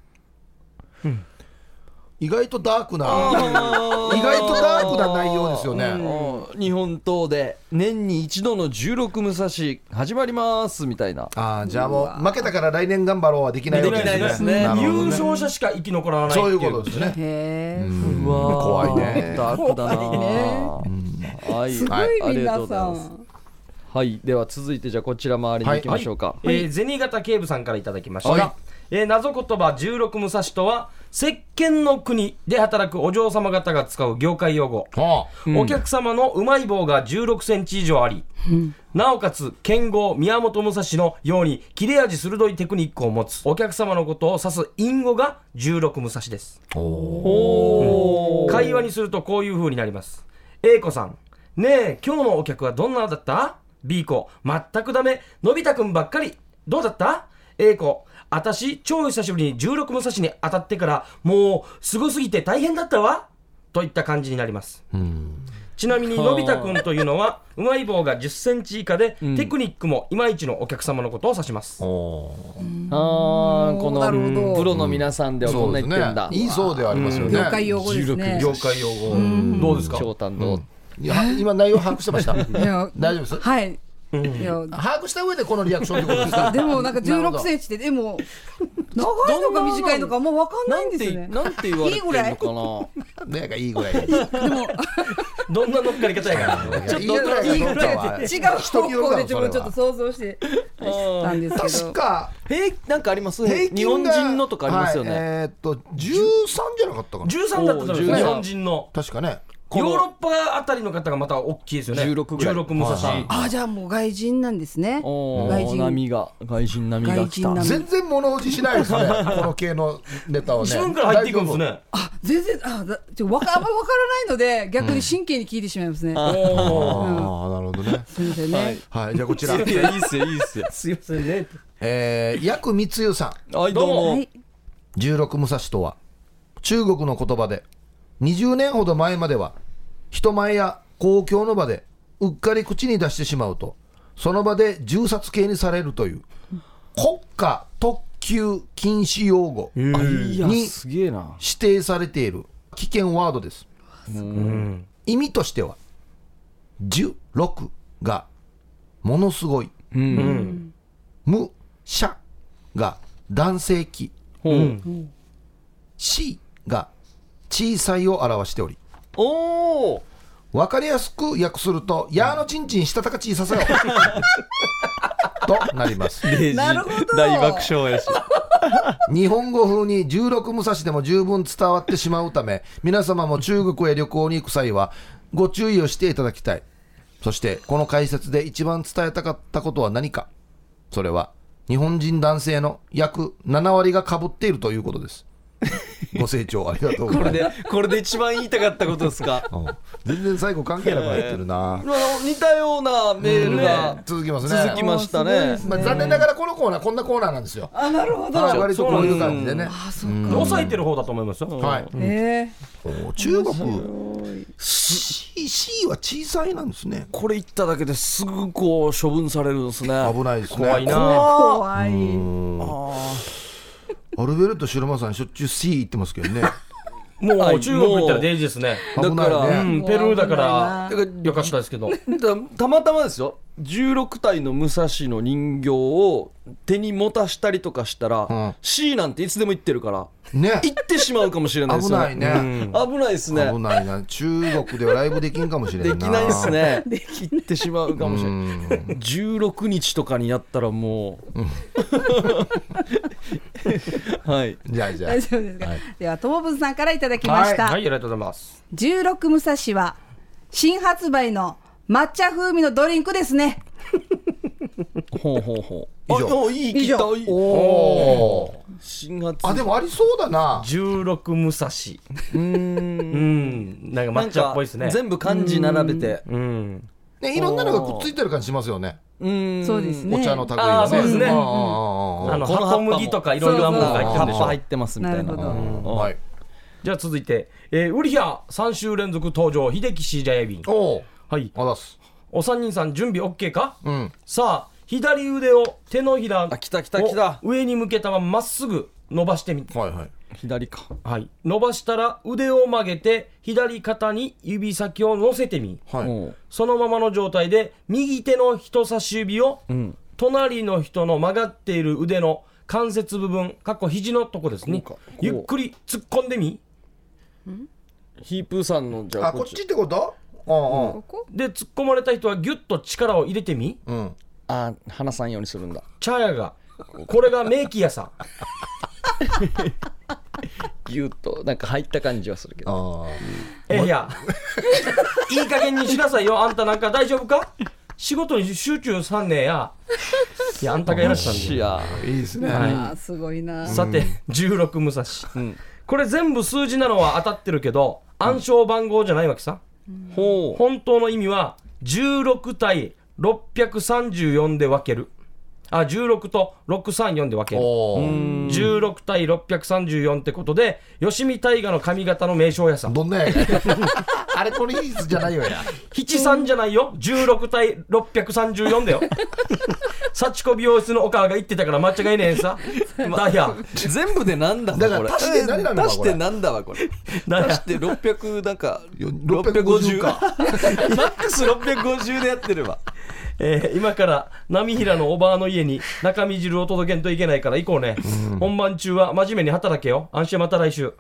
意外とダークな意外とダークな内容ですよね。 うん日本刀で年に一度のじゅうろく武蔵始まりますみたいな。 ああじゃあもう負けたから来年頑張ろうはできないわけですね。 できないですねなるほど優ね勝者しか生き残らないってそういうことですね。 へえ、 うんうわー怖いね。 ダークだな。 怖いはい、 すごはいい皆ありがとうございさます。 ん。 はい、では続いてじゃあこちら周りに行きましょうか。 えー銭形警部さんからいただきました、 はいえー謎言葉じゅうろく武蔵とは石鹸の国で働くお嬢様方が使う業界用語、 はお客様のうまい棒がじゅうろくセンチ以上あり、なおかつ剣豪宮本武蔵のように切れ味鋭いテクニックを持つお客様のことを指す隠語がじゅうろく武蔵です。 あおー会話にするとこういう風になります。 A 子さん、ねえ今日のお客はどんなだった？ B 子、全くダメ、のび太くんばっかり、どうだった？ A 子、あたし超久しぶりにじゅうろく武蔵に当たってからもうすごすぎて大変だったわといった感じになります。ちなみにのび太くんというのはうまい棒がじゅっセンチ以下で、テクニックもいまいちのお客様のことを指します。 おーあーこなるほどのプロの皆さんではこんな言ってんだ。 いいそうではありますよね。 業界用語ですね。 業界用語どうですか？ 長短どう、 いや今内容把握してました。 いや大丈夫です。 はい。いや把握した上でこのリアクションってことですか。 でもなんかじゅうろくセンチってでも長いのか短いのかもう分かんないんですよね。 なんて言われてるのかな。 なんかいいぐらい。 どんな乗っかり方やからちょっといいぐらいは違う方向で自分ちょっと想像してたんですけど。 確か平なんかあります？ 平均日本人のとかありますよね。 はいえーっとじゅうさんじゃなかったかな。 じゅうさんだったと思います。 おう日本人の確かね。 ヨーロッパあたりの方がまた大きいですよね。 じゅうろくぐらいじゅうろく武蔵、 はいあじゃあもう外人なんですね。 おー外人波が外人波が来た。 外人波全然物おじしないですね。この系のネタはね。 自分から入っていくんですね。 あ全然あだちょわかあんまり分からないので逆に真剣に聞いてしまいますね。 ああなるほどね。 すみませんね。 はいじゃあこちら、 いやいいっすよいいっすよ。 すいませんね。 えー、薬光代さん。 はいどうも。 はい。 じゅうろく武蔵とは中国の言葉でにじゅうねんほど前までは人前や公共の場でうっかり口に出してしまうとその場で銃殺刑にされるという国家特級禁止用語いやにすげえな。 指定されている危険ワードです。 うん意味としてはじゅうろくがものすごい、 うん。 うんむしゃが男性器、 ほう。 しが小さいを表しておりおお。 分かりやすく訳するとやーのちんちんしたたか小ささよとなりますなるほど大爆笑やし。 日本語風にじゅうろく武蔵でも十分伝わってしまうため皆様も中国へ旅行に行く際はご注意をしていただきたい。そしてこの解説で一番伝えたかったことは何か。それは日本人男性の約ななわりが被っているということですご清聴ありがとうございます。 これでこれで一番言いたかったことですか。 うん全然最後関係なくなってるな、 あの似たようなメールが続きますね。 続きましたね。 まあ、残念ながらこのコーナーこんなコーナーなんですよ。 あなるほど。 はい割とこういう感じでね。 あそうか。 抑えてる方だと思いますよ。 はい。 えお中国 C, C は小さいなんですね。 これ言っただけですぐこう処分されるんですね。 危ないですね。 怖いな。 ー、怖い。 アルベルト白間さんしょっちゅう C 言ってますけどね。 もはいう中国行ったらデイジーですね。 だから危ないねうん、ペルーだから危ないよかったですけど。 だたまたまですよ。 じゅうろくたいの武蔵の人形を手に持たしたりとかしたら、うん、C なんていつでも行ってるからね、行ってしまうかもしれないですよね。 危ないね、 うん、危ないですね。 危ないな。中国ではライブできんかもしれないな。 できないですね。行ってしまうかもしれない。じゅうろくにちとかにやったらもう、うん、はい。 じゃあじゃあ大丈夫ですか、はい、ではともぶんさんからいただきました。 はい、はい、ありがとうございます。 じゅうろく武蔵は新発売の抹茶風味のドリンクですね。 ほうほうほう。 以上。 あ、いい、 以上。 聞いた。おー。新発。 あ、でもありそうだな。 じゅうろく武蔵。うーん。うん。なんか抹茶っぽいですね。 全部漢字並べて。 うん。 ね、いろんなのがくっついてる感じしますよね。 うん。そうですね。 お茶の類がね。 あ、そうですね。あの葉小麦とかいろいろなものが入ってるんでしょ。 葉っぱ入ってますみたいな。 はい。 じゃあ続いて、えー、ウリヒャさん週連続登場、秀樹氏ジャヤビン。 おはい。 あざす。 お三人さん準備 OK か？ うん。 さあ、左腕を手のひらをきたきたきた上に向けたまままっすぐ伸ばしてみて。 はいはい。 左か。 はい。伸ばしたら腕を曲げて左肩に指先を乗せてみ。 はい。 そのままの状態で右手の人差し指を、うん、隣の人の曲がっている腕の関節部分、かっこ肘のとこですね。ゆっくり突っ込んでみ。 ヒープーさんのじゃあこっちってこと？ うん、で突っ込まれた人はギュッと力を入れてみ、 うん、 あ離さんようにするんだ。 茶屋がこれが名器やさ。 ギュッとなんか入った感じはするけど。 あえいやいい加減にしなさいよ。あんたなんか大丈夫か？仕事に集中さんねえや。いやあんたがやらしたんで。 いやいいですね、 はい、すごいな。 さてじゅうろく武蔵、うん、これ全部数字なのは当たってるけど暗証番号じゃないわけさ、うん、本当の意味はじゅうろく対ろっぴゃくさんじゅうよんで分ける。あ、じゅうろくとろくさんよんで分ける。じゅうろく対ろっぴゃくさんじゅうよんってことで吉見大河の髪型の名称やさ。 どんなやあれこれいいじゃないよや。 七三じゃないよ。じゅうろく対ろっぴゃくさんじゅうよんだよ。幸子美容室のお母が言ってたから間違いねえさ。だや全部でなんだだから足して何なのか足してなんだわこれ。足してろっぴゃくなんかろっぴゃくごじゅうか。マックスろっぴゃくごじゅうでやってれば。 えー、今から波平のおばあの家に中身汁を届けんといけないから行こうね、うん、本番中は真面目に働けよ。安心また来週。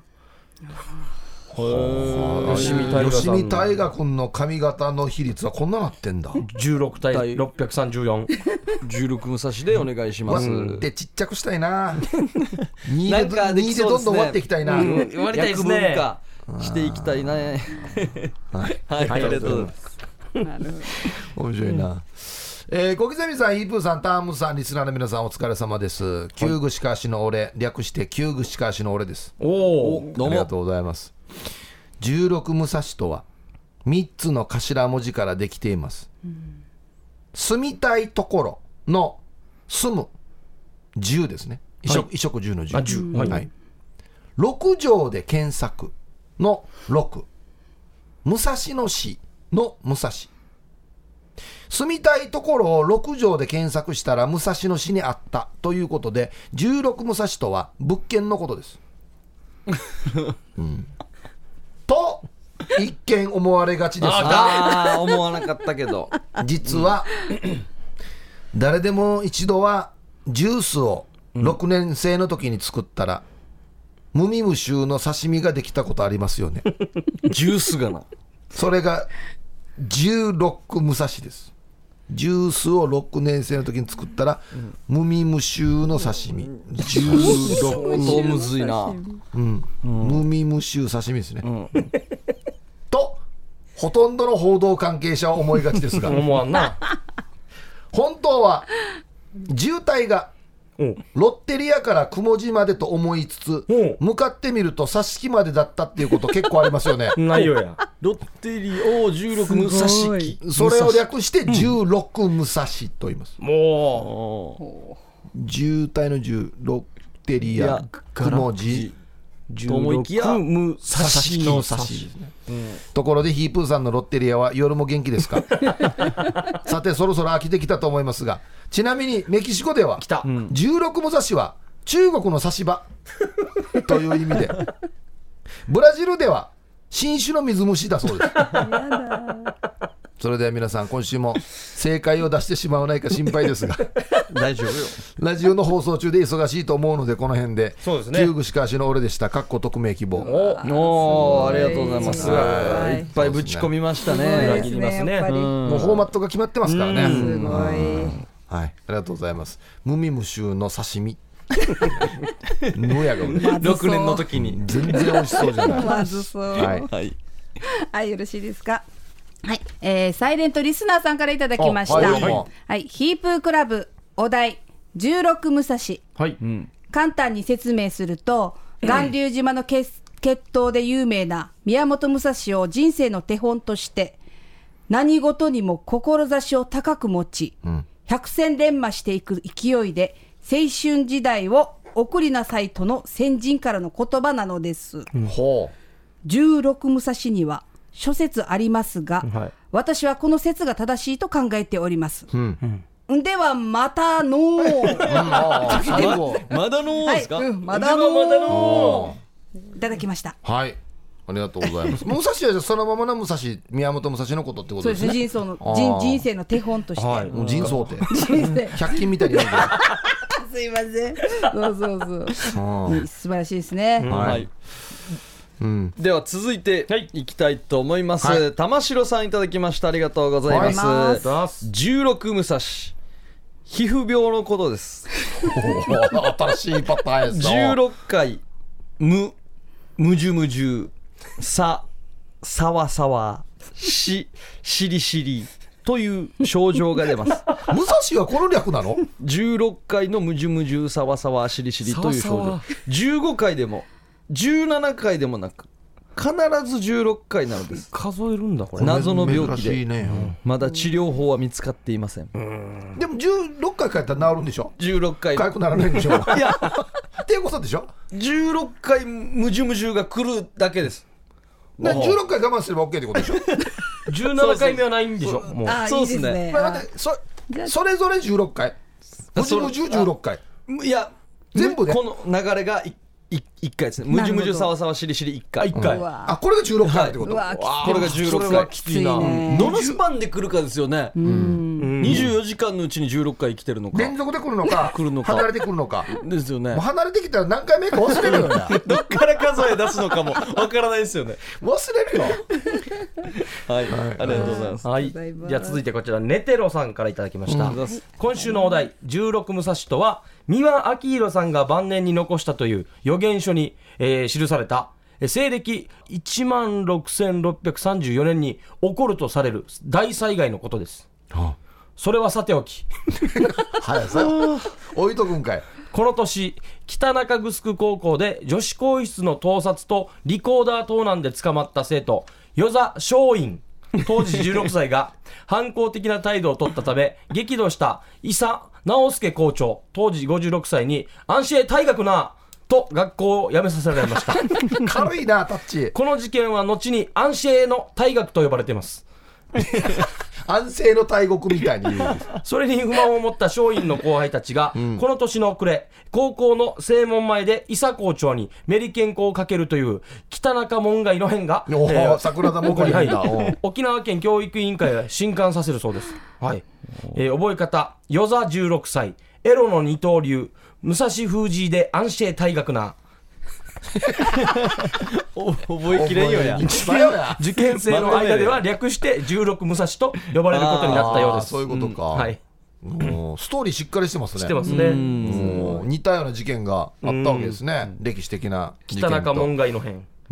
吉見大河君の髪型の比率はこんななってんだ。 じゅうろく対ろっぴゃくさんじゅうよん。 じゅうろく武蔵でお願いします、うん、 でちっちゃくしたいな。にでどんどん割っていきたいな、うん、 割りたいですね。 化していきたいね。はい、はい、ありがとうございます。 面白いな、うん、えー、小刻みさん、イープーさん、タームさん、リスナーの皆さんお疲れ様です。旧具しかしの俺、略して旧具しかしの俺です。 おお、 ありがとうございます。じゅうろく武蔵とはみっつの頭文字からできています、うん、住みたいところの住む住ですね。衣食、はい、衣食住の住、 あ、住、はいはい、 六条で検索の六、武蔵野市の武蔵。住みたいところを六条で検索したら武蔵野市にあったということで、じゅうろく武蔵とは物件のことです、うん、と一見思われがちですが、 あ思わなかったけど実は、うん、誰でも一度はジュースをろくねん生の時に作ったら、無味無臭の刺身ができたことありますよね。 ジュースがな、それがじゅうろく武蔵です。ジュースをろくねん生の時に作ったら、うん、無味無臭の刺身、じゅうろく相当むずいな、 うんうん、無味無臭刺身ですね、うん、とほとんどの報道関係者は思いがちですが思わんな。 本当は渋滞がロッテリアから雲寺までと思いつつ、向かってみると佐敷までだったっていうこと結構ありますよね。 ないよや。 ロッテリアをじゅうろく武蔵、 それを略してじゅうろく武蔵と言います、うん、 もう渋滞のじゅうロッテリア雲寺と思いきや武蔵の差し、 うん、ところでヒープーさんのロッテリアは夜も元気ですか？さてそろそろ飽きてきたと思いますが、ちなみにメキシコでは来たじゅうろく武蔵は中国の差し場という意味で、ブラジルでは新種の水虫だそうですそれでは皆さん今週も正解を出してしまわないか心配ですが大丈夫よ。 ラジオの放送中で忙しいと思うのでこの辺で。 そうですね。 旧具しかしの俺でした。かっこ匿名希望。 おお、ありがとうございます。 すごいいっぱいぶち込みましたすごいね。 ですねやっぱりもうフォーマットが決まってますからね。 すごいはい、ありがとうございます。無味無臭の刺身のやがろくねんの時に全然美味しそうじゃないまずそうはいはいはいよろしいですか。はい、えー、サイレントリスナーさんからいただきました。 あはいはい、はい、ヒープークラブお題じゅうろく武蔵。 はい、 簡単に説明すると巌流島の決決闘で有名な宮本武蔵を人生の手本として何事にも志を高く持ち、うん、百戦錬磨していく勢いで青春時代を送りなさいとの先人からの言葉なのです、うん、ほうじゅうろく武蔵には諸説ありますが、はい、私はこの説が正しいと考えております、うんうん、ではまたのー、うん、 まだのーですか、 はい、うん、まだのーいただきました。 はい、ありがとうございます武蔵はそのままの武蔵宮本武蔵のことってことですね。 そうですね、人生の 人, 人生の手本として、はい、 もう人相って百均みたいになるすいませんそうそうそう素晴らしいですね、 はい、はいうん、では続いていきたいと思います、はい、玉城さんいただきました。ありがとうございます、はい、じゅうろく武蔵皮膚病のことです新しいパターンです。 じゅうろっかいむむじゅむじゅささわさわししりしりという症状が出ます武蔵はこの略なの？ じゅうろっかいのむじゅむじゅさわさわしりしりという症状、じゅうごかいでもじゅうななかいでもなく必ずじゅうろっかいなのです。 数えるんだこれ。 謎の病気で、 ね、うん、 まだ治療法は見つかっていません。 うん、でもじゅうろっかい帰ったら治るんでしょ。 じゅうろっかい痒くならないんでしょ。いやっていうことでしょ。 じゅうろっかいむじゅむじゅが来るだけです。 じゅうろっかい我慢すれば OK ってことでしょ。 じゅうななかいめはないんでしょ。もうそうですね。 まあ、待って そ, それぞれじゅうろっかいむじゅむじゅじゅうろっかいいや全部でこの流れがいいいっかいですね。むじゅむじゅさわさわしりしりいっかい、いっかい、 あこれがじゅうろっかいってこと、 はい、 これがじゅうろっかい。 きついな。 どのスパンで来るかですよね。うんにじゅうよじかんのうちにじゅうろっかい来てるのか連続で来るのか来るのか離れてくるのかですよね。 もう離れてきたら何回目か忘れるよねどっから数え出すのかもわからないですよね。 忘れるよはい、はい、ありがとうございます。 はい、じゃあ続いてこちらネテロさんからいただきました、うん、今週のお題じゅうろく武蔵とは三輪明宏さんが晩年に残したという予言書に、えー、記された西暦いちまんろくせんろっぴゃくさんじゅうよねんに起こるとされる大災害のことです、はあ、それはさておきはいさ置いとくんかい。 この年北中城高校で女子更衣室の盗撮とリコーダー盗難で捕まった生徒与座松陰当時じゅうろくさいが反抗的な態度を取ったため激怒した伊佐直輔校長当時ごじゅうろくさいに安心退学なと学校を辞めさせられました軽いなタッチ。 この事件は後に安心の退学と呼ばれています安政の大国みたいに言うそれに不満を持った松陰の後輩たちが、うん、この年の暮れ高校の正門前で伊佐校長にメリケン粉をかけるという北中門外の変が、えー、桜田門外変だ、 はい、沖縄県教育委員会が震撼させるそうです、はいえー、覚え方与座じゅうろくさいエロの二刀流武蔵封じで安心退学な覚えきれんよや受験生の間では略してじゅうろく武蔵と呼ばれることになったようです。 そういうことか、うん、はい、ストーリーしっかりしてますね。 してますね。 もう似たような事件があったわけですね。歴史的な事件と北中門外の変、うん、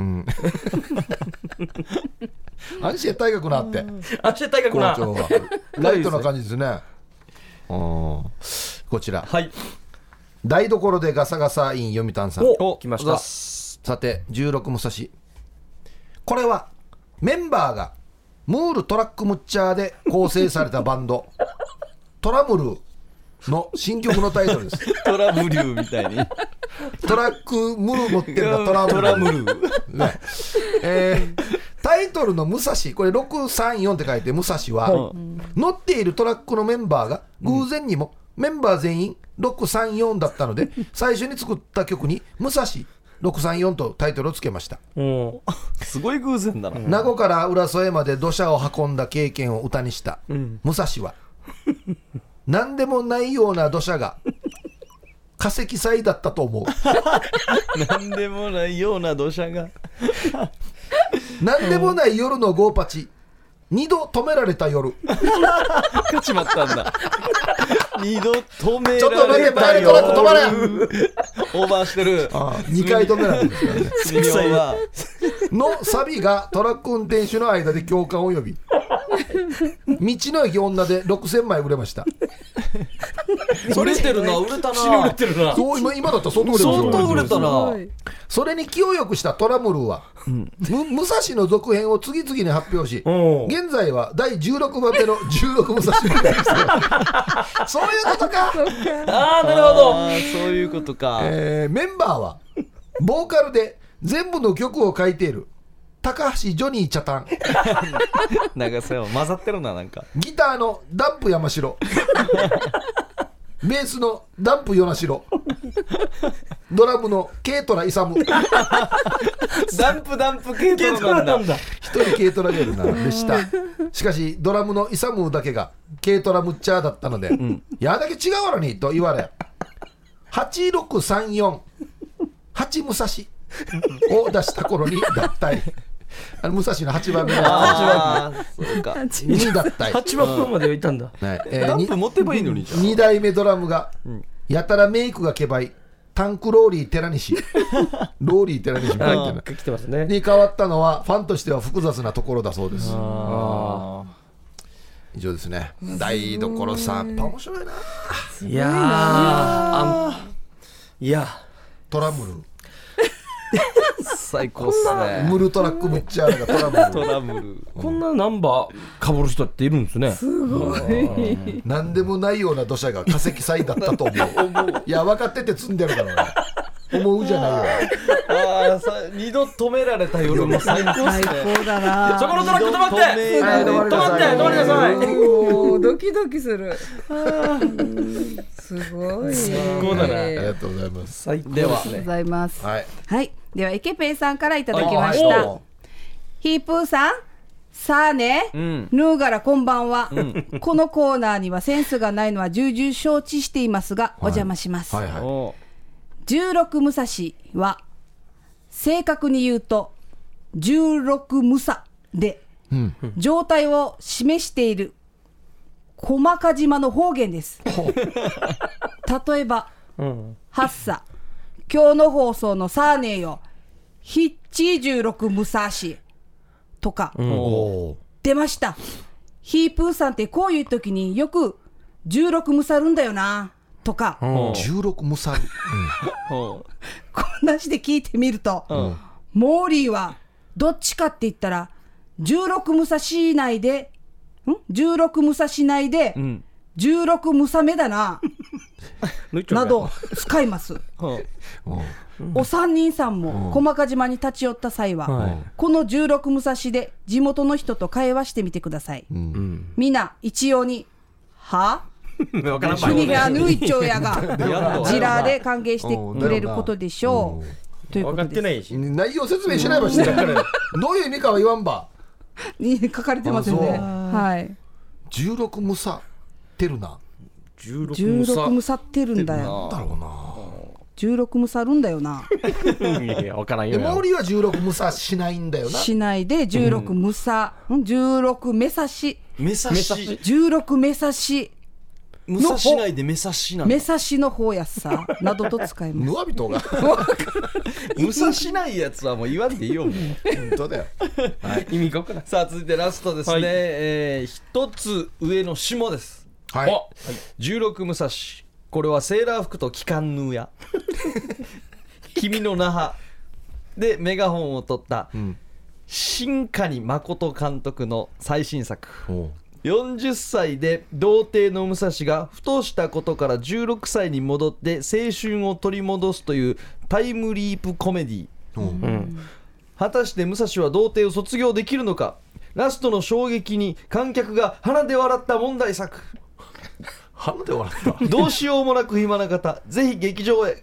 安心大学なって安心大学な校長はライトな感じですねこちら、 はい、 台所でガサガサイン読谷さん。 お来ました。 さてじゅうろく武蔵、これはメンバーがムールトラックムッチャーで構成されたバンドトラムルの新曲のタイトルですトラムリューみたいにトラックムル持ってるのトラムル、トラムル、ねえー、タイトルの武蔵、これろくさんよんって書いて武蔵は、うん、乗っているトラックのメンバーが偶然にもメンバー全員ろくさんよんだったので最初に作った曲に武蔵ろくさんよんとタイトルをつけました。 おすごい偶然だな。 名護から浦添まで土砂を運んだ経験を歌にした、うん、武蔵は何でもないような土砂が化石祭だったと思う。 何でもないような土砂が何でもない夜のゴーパチ、二度止められた夜。 勝ちまったんだ。二度止めちょっと待って、 られた前のトラック止まれ。 オーバーしてる。 ああにかい止められてるんですからね。 微妙はのサビがトラック運転手の間で共感を呼び、道の駅女でろくせんまい売れました。 売れてるな、売れたな。 死に売れてるな。 そう 今, 今だったら相当売れますよ。 相当売れたな。 それに気をよくしたトラムルーは、うん、武蔵の続編を次々に発表し、現在はだいじゅうろくばんめのじゅうろく武蔵になりました。そういうことか。 ああ、なるほど。 あそういうことか、 えー、メンバーはボーカルで全部の曲を書いている高橋ジョニーチャタン、 長さよ混ざってるな。なんかギターのダンプ山城、ベースのダンプ与那城、ドラムの軽トライサム。 ダンプダンプ軽トラなんだ。 一人軽トラがいるなでした。しかしドラムのイサムだけが軽トラムッチャーだったので、うん、やだけ違うわにと言われ、はちろくさんよんはち武蔵を出した頃に脱退。あの武蔵のはちばんめのあそうかに脱退。 はちばんめまでいたんだ、 はいえー、 ダンプ持ってばいいのにじゃん。 にだいめドラムが、うん、やたらメイクがけばいタンクローリー寺西ローリー寺西みたいな来てますね。 に変わったのはファンとしては複雑なところだそうです。あ以上ですね。台所さんやっぱ面白いな。 いやーあいやトラムル最高っすね。 ムルトラックムッチャーがトラムルトラムルこんなナンバーかぶる人っているんですね。 すごい。 何でもないような土砂が化石祭だったと思う。いや分かってて積んでるだろうな。思うじゃないよ。 あさ二度止められた夜も最高っすね。 最高だな。 そこのトラック止まって、 止まって止まりなさい。 おードキドキする。すごい。 最高だな。 ありがとうございます。 最高ではありがとうございます。 はい。 はい。ではイケペイさんからいただきました。ヒープーさん。さあね、うん、ヌーガラこんばんは、うん、このコーナーにはセンスがないのは重々承知していますが、お邪魔します、はいはいはい、じゅうろく武蔵は正確に言うとじゅうろく武蔵で、うん、状態を示している小間島の方言です、うん、例えば、うん、はっさ今日の放送のさあねえよひっちじゅうろく武蔵とか、うん、出ました。ヒープーさんってこういう時によくじゅうろくむさるんだよなとか、 うん、じゅうろくむさる、 うん、こんなしで聞いてみると、うん、モーリーはどっちかって言ったらじゅうろくむさしないでんじゅうろくむさしないで、うん、じゅうろくむさめだななど使います、うんお三人さんも小間島に立ち寄った際は、はい、このじゅうろく武蔵で地元の人と会話してみてください、うん、みんな一様には国がぬいちょうやがジラーで歓迎してくれることでしょうということです。 内容説明しないばしてどういう意味かは言わんばに書かれてますよね。はい、 じゅうろくむさってるなじゅうろくむさってるんだよ。 だろうなじゅうろくむさるんだよな。 いやいや分からんよ。 モーリーはじゅうろくむさしないんだよな。 しないでじゅうろくむさ、うん、じゅうろくめさし。 めさし。 じゅうろくめさし。 むさしないでめさしなんだ。 めさしの方やさなどと使います。 むわびとが。 むさしないやつはもう言わんでいいよ。もう本当だよ。 はい、意味が分からん。 さあ続いてラストですね。はい、えー、一つ上の下です。 はい。 じゅうろくむさし。これはセーラー服と機関ヌーや君の那覇でメガホンを取った新谷誠監督の最新作、よんじゅっさいで童貞の武蔵がふとしたことからじゅうろくさいに戻って青春を取り戻すというタイムリープコメディ、うん、果たして武蔵は童貞を卒業できるのか。ラストの衝撃に観客が鼻で笑った問題作。 鼻で笑ったどうしようもなく暇な方ぜひ劇場へ。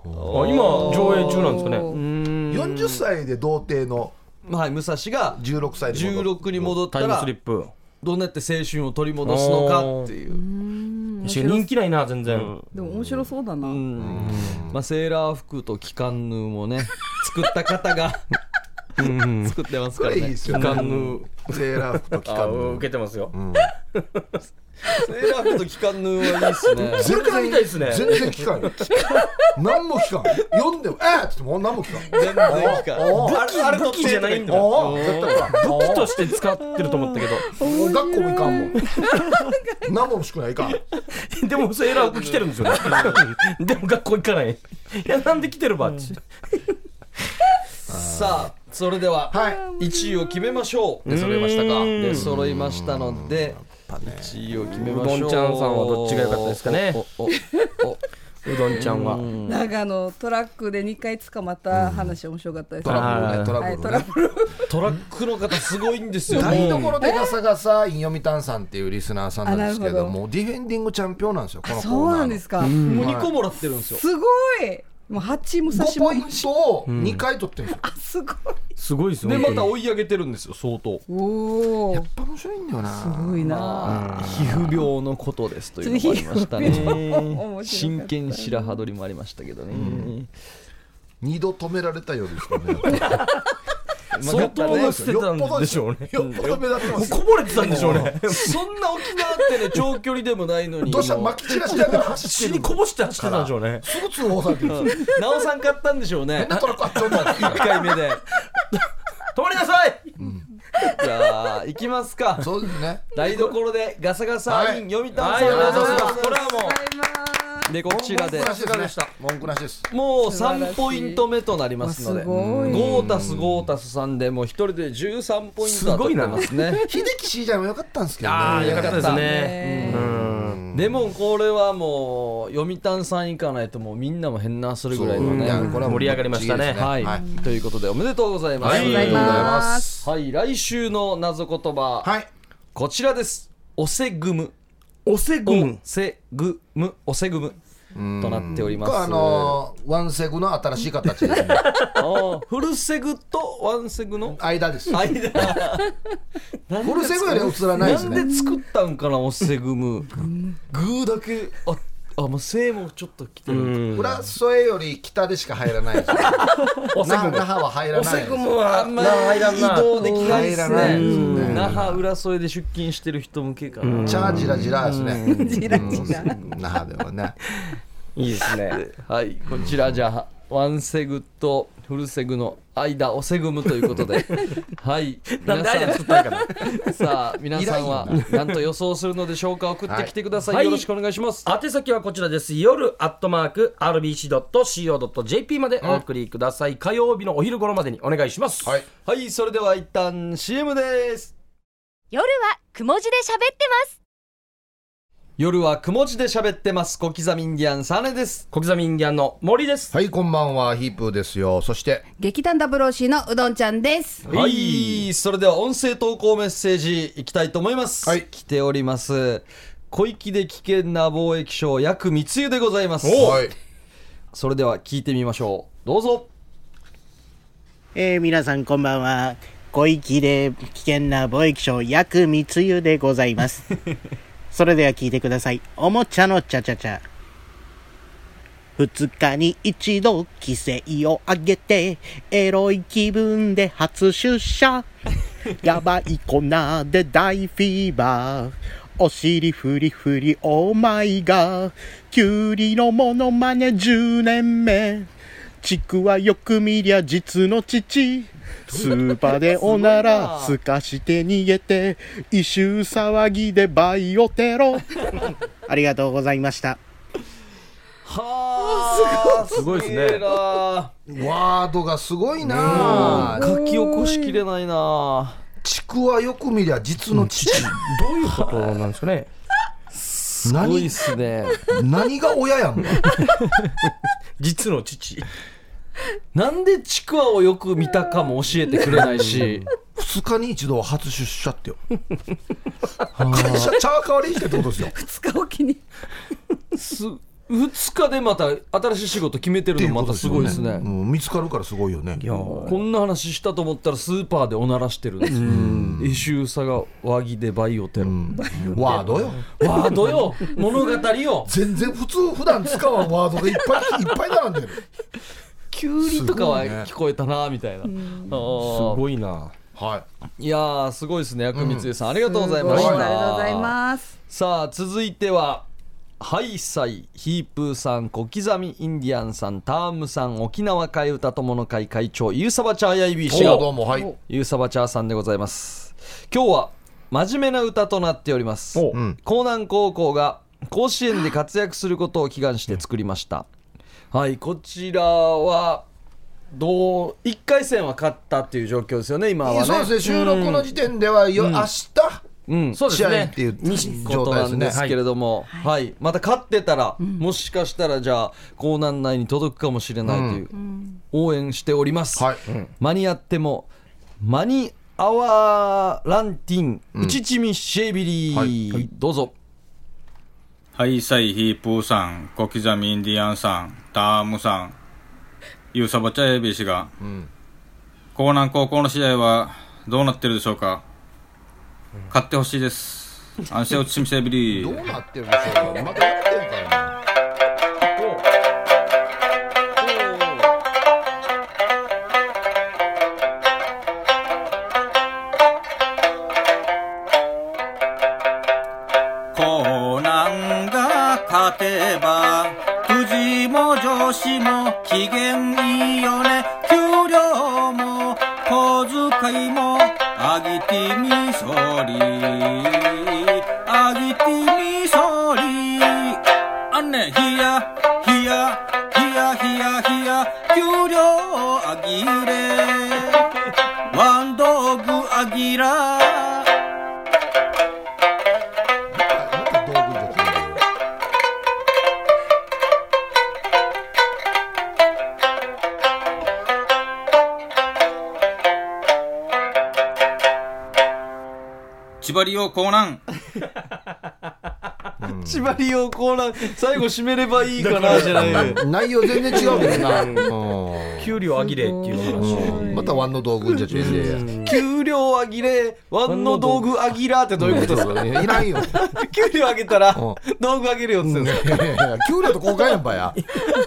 あ今上映中なんですかね。 よんじゅっさいで童貞のはい、武蔵がじゅうろくさいでじゅうろくに戻ったタイムらスリップ。 どうやって青春を取り戻すのかっていうしかも人気ないな全然。 でも面白そうだな、 うんまあ、セーラー服と機関ヌーもね作った方が作ってますからね。 これいいですよね機関ヌーセーラー服と機あ関の受けてますよ。 セーラー服と機関ヌーはいいっすね。 それから見たいですね。 全然聞かんよ何も聞かん読んでもえーって言っても何も聞かん全然機関おーあれあれ武器じゃないんだあよ。 あ絶対か武器として使ってると思ったけど。 もう学校も行かんもん何も欲しくないかんでもセーラー服着てるんですよね。でも学校行かない。いやなんで着てるばっち。 さあそれでははいいちいを決めましょう。 出揃いましたか出揃いましたのでいちいを決めましょう。 うどんちゃんさんはどっちが良かったですかね。 おおおおうどんちゃんは。 なんかあのトラックでにかい捕まった話面白かったです、 トラブルねトラはい、 ブルねトラブルトラックの方すごいんですよ。 台もう所でガサガサイン読谷さんっていうリスナーさんなんですけどあなるほどもうディフェンディングチャンピオンなんですよこのコーナーそうのなんですか、 もうにこもらってるんですよ。 すごいもうはち武蔵ごポイントをにかい取ってるんですよあすごいすごいですよ。 でまた本当に追い上げてるんですよ相当。 おおやっぱ面白いんだよなすごいなまあ皮膚病のことですというのもありました皮膚病面ね。 白かった真剣白羽取りもありましたけどね。 二度止められたようですからね相当乗せてたんでしょうね。 よっぽど目立ってますこぼれてたんでしょうね。 そんな沖縄ってね長距離でもないのに。 どうしたまき散らしながら走死にってるこぼして走ってたんでしょうね。 すぐ通報されてるんですよなおさん買ったんでしょうね。 トラックあっちょんだいっかいめで。 止まりなさい。 じゃあ行きますか。 そうですね台所でガサガサイン読谷さん、 はい、ありがとうございます。 ここれはもうでこちらで文句なしですね文句なしですもうさんポイント目となりますので、 すごいごたすごたすさんでもう一人でじゅうさんポイントは取ってますね。 秀樹シージャーもよかったんですけどねああ、よかったですね。 ねうん。 でもこれはもう読谷さん行かないともうみんなも変なするぐらいのね。 いやこれはもう盛り上がりましたね不思議ですはい、 はいということでおめでとうございます。 はいありがとうございますはい、来週の謎言葉、 はいこちらです。おせぐむ。 おせぐおむ。 せぐむ。おせぐむとなっております。 あのーワンセグの新しい形ですねあーフルセグとワンセグの間です間。 フルセグよりは映らないですねなんで作ったんかな、おせぐむ。グーだけ、あ、あ、もうせもちょっと来てる。 浦添より北でしか入らないですよおせぐむ。 那那覇は入らおないせぐむはあんまり移動できないです入らないですね。 ね那覇浦添で出勤してる人向けかな。 チャージラジラですねジラジラうん那覇ではねいいですね。 はい、こちらじゃあワンセグとフルセグの間おせぐむということで、はいなんで間皆さ作ったんかな。 んさあ皆さんは何と予想するのでしょうか。送ってきてください、 はいよろしくお願いします。 宛先はこちらです。夜アットマーク アールビーシードットシーオードットジェーピー までお送りください。火曜日のお昼頃までにお願いします。 はいはいそれでは一旦 シーエム です。 夜はくも字で喋ってます。 夜はくも字で喋ってます。小刻みインディアンサネです。 小刻みインディアンの森です。 はいこんばんはヒープーですよそして劇団ダブルオーシーのうどんちゃんですはいそれでは音声投稿メッセージいきたいと思います。 はい来ております。小粋で危険な貿易商薬密輸でございます。 はいそれでは聞いてみましょう。どうぞ。 えー、皆さんこんばんは。小粋で危険な貿易商薬密輸でございます。それでは聞いてください。おもちゃのチャチャチャ。二日に一度規制を上げて、エロい気分で初出社。やばい粉で大フィーバー。お尻フリフリオーマイガー。キュウリのモノマネじゅうねんめ。ちくわよく見りゃ実の父。スーパーでおならすかして逃げて異臭騒ぎでバイオテロありがとうございました。 はあすごいですねげえな。 ワードがすごいな書き起こしきれないな。 ちくわよく見りゃ実の父どういうことなんですかね。 すごいっすね。 何が親やんか実の父。 なんでちくわをよく見たかも教えてくれないし。 ふつかに一度初出社ってよ会社チャー代わりにしてってことですよ二日おきにすふつかでまた新しい仕事決めてるのまたすごいですね。 うん、見つかるからすごいよね。 いやこんな話したと思ったらスーパーでおならしてるんですよ。エシューサが和木でバイオテロ、うん、 ワードよワードよ物語よ。 全然普通普段使わんワードがいっぱいいっぱい並んでる。 キュウリとかは聞こえたなみたいな、ね、 すごいな。 はい、 いやーすごいですね。薬味つゆさん、うん、ありがとうございました。 ありがとうございます。 さあ続いてはハイサイヒープーさん、小刻みインディアンさん、タームさん、沖縄替え歌友の会会長ユーサバチャーヤイビー氏がどうも、はい、 ユーサバチャーさんでございます。今日は真面目な歌となっております。うん、江南高校が甲子園で活躍することを祈願して作りました。はい、こちらはどういっかい戦は勝ったっていう状況ですよね今はね。 そうですね、収録の時点ではよ、うん、明日うん、 そうですねっていう状態なんですけれども、はいはい、また勝ってたら、うん、もしかしたらじゃあ江南内に届くかもしれないという、うん、応援しております、はい、うん、間に合っても間に合わランティン、うん、うちちみシェービリー、はいはい、どうぞ。 ハイサイヒープーさん、小刻みインディアンさん、タームさん、ユーサバチャエビ氏が、うん、江南高校の試合はどうなってるでしょうか。勝ってほしいです。安心をちみせびり。 どうなってるでしょうか。またやってるからな。 江南が勝てば富士も女子も機嫌いいよね。給料も小遣いもあぎてみそりあぎてみそりあんねひやひやひやひやひや給料あぎれワンドッグあぎら千葉利用江南千葉利用江南最後締めればいいかなじゃない内容全然違うけどな。 給料あぎれっていう話。 またワンの道具じゃちゅう給料あぎれワンの道具あぎらってどういうことですかね。 いらんよ。 給料あげたら道具あげるよって言うんですか。 給料と交換やんばや。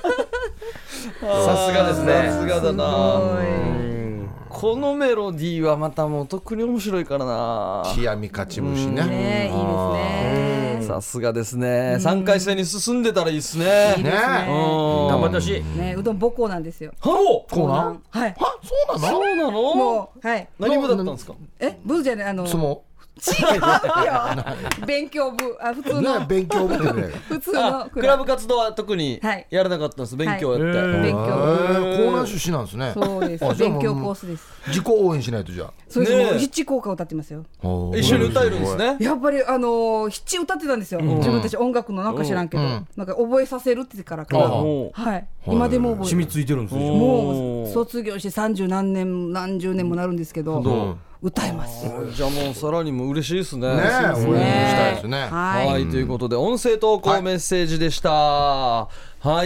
さすがですね。さすがだな。このメロディーはまたもう特に面白いからな。 冷やみ勝ち虫ね。 ね、いいですね。 さすがですね。さんかい戦に進んでたらいいですね。 いいですね。 頑張ってほしい。 ね、うどん母校なんですよ。 は江南。 はい。 は、そうなの？ そうなの？ もうはい。 何部だったんですか？ え、部じゃないあの。 相撲。 違うよ。勉強部、あ、普通の勉強部ってね。 普通のクラブ活動は特にやらなかったんです。勉強やって。 勉強。 江南出身なんですね。 そうです。勉強コースです。 自己応援しないとじゃあ。 そうです。七校歌歌ってますよ。 一緒に歌えるんですね。 やっぱりあの七歌ってたんですよ。自分たち音楽のなんか知らんけど、なんか覚えさせるってからから、はい。今でも覚え。 染みついてるんですよ。 もう卒業して三十何年何十年もなるんですけど。歌えます。 じゃあもうさらにも嬉しいですね。 ね、応援したいですね。 はい、ということで音声投稿メッセージでした。はい、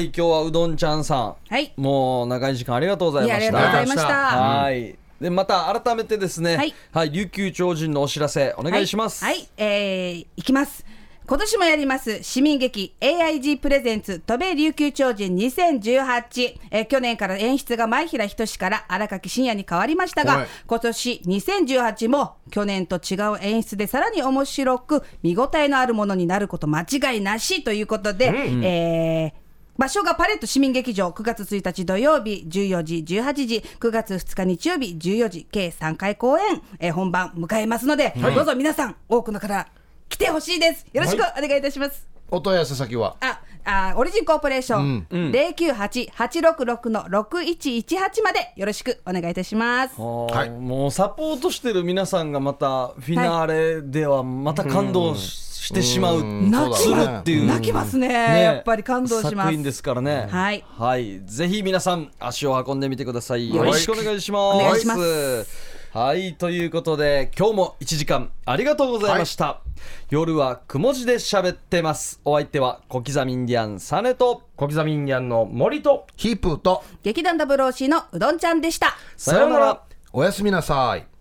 今日はうどんちゃんさん、はい、もう長い時間ありがとうございました。 ありがとうございました。 はい。でまた改めてですね、はい、はい、琉球超人のお知らせお願いします。 はい、はい、えー、いきます。今年もやります市民劇 エーアイジー プレゼンツ飛べ琉球超人にせんじゅうはち、えー、去年から演出が前平仁から荒垣真也に変わりましたが、今年にせんじゅうはちも去年と違う演出でさらに面白く見応えのあるものになること間違いなしということで、うん、えー場所がパレット市民劇場、くがつついたち土曜日じゅうよじじゅうはちじ、くがつふつか日曜日じゅうよじ、計さんかい公演、えー、本番迎えますので、はい、どうぞ皆さん多くの方来てほしいです。よろしくお願いいたします。 はい、お問い合わせ先はああオリジンコーポレーション、うん、ゼロきゅうはち はちろくろく ろくいちいちはちまでよろしくお願いいたします。 はい、もうサポートしてる皆さんがまたフィナーレではまた感動し、はい、してしまう、うん、 泣きるっていう泣きます ね, ねやっぱり感動します。 作品ですからね。 はい、 はい、ぜひ皆さん足を運んでみてください。よろしくお願いします。 お願いします。 はいということで今日もいちじかんありがとうございました、はい、夜はくも字で喋ってます。お相手は小刻みインディアンサネと小刻みインディアンの森とヒープーと劇団ダブルオーシーのうどんちゃんでした。 さようなら。 おやすみなさい。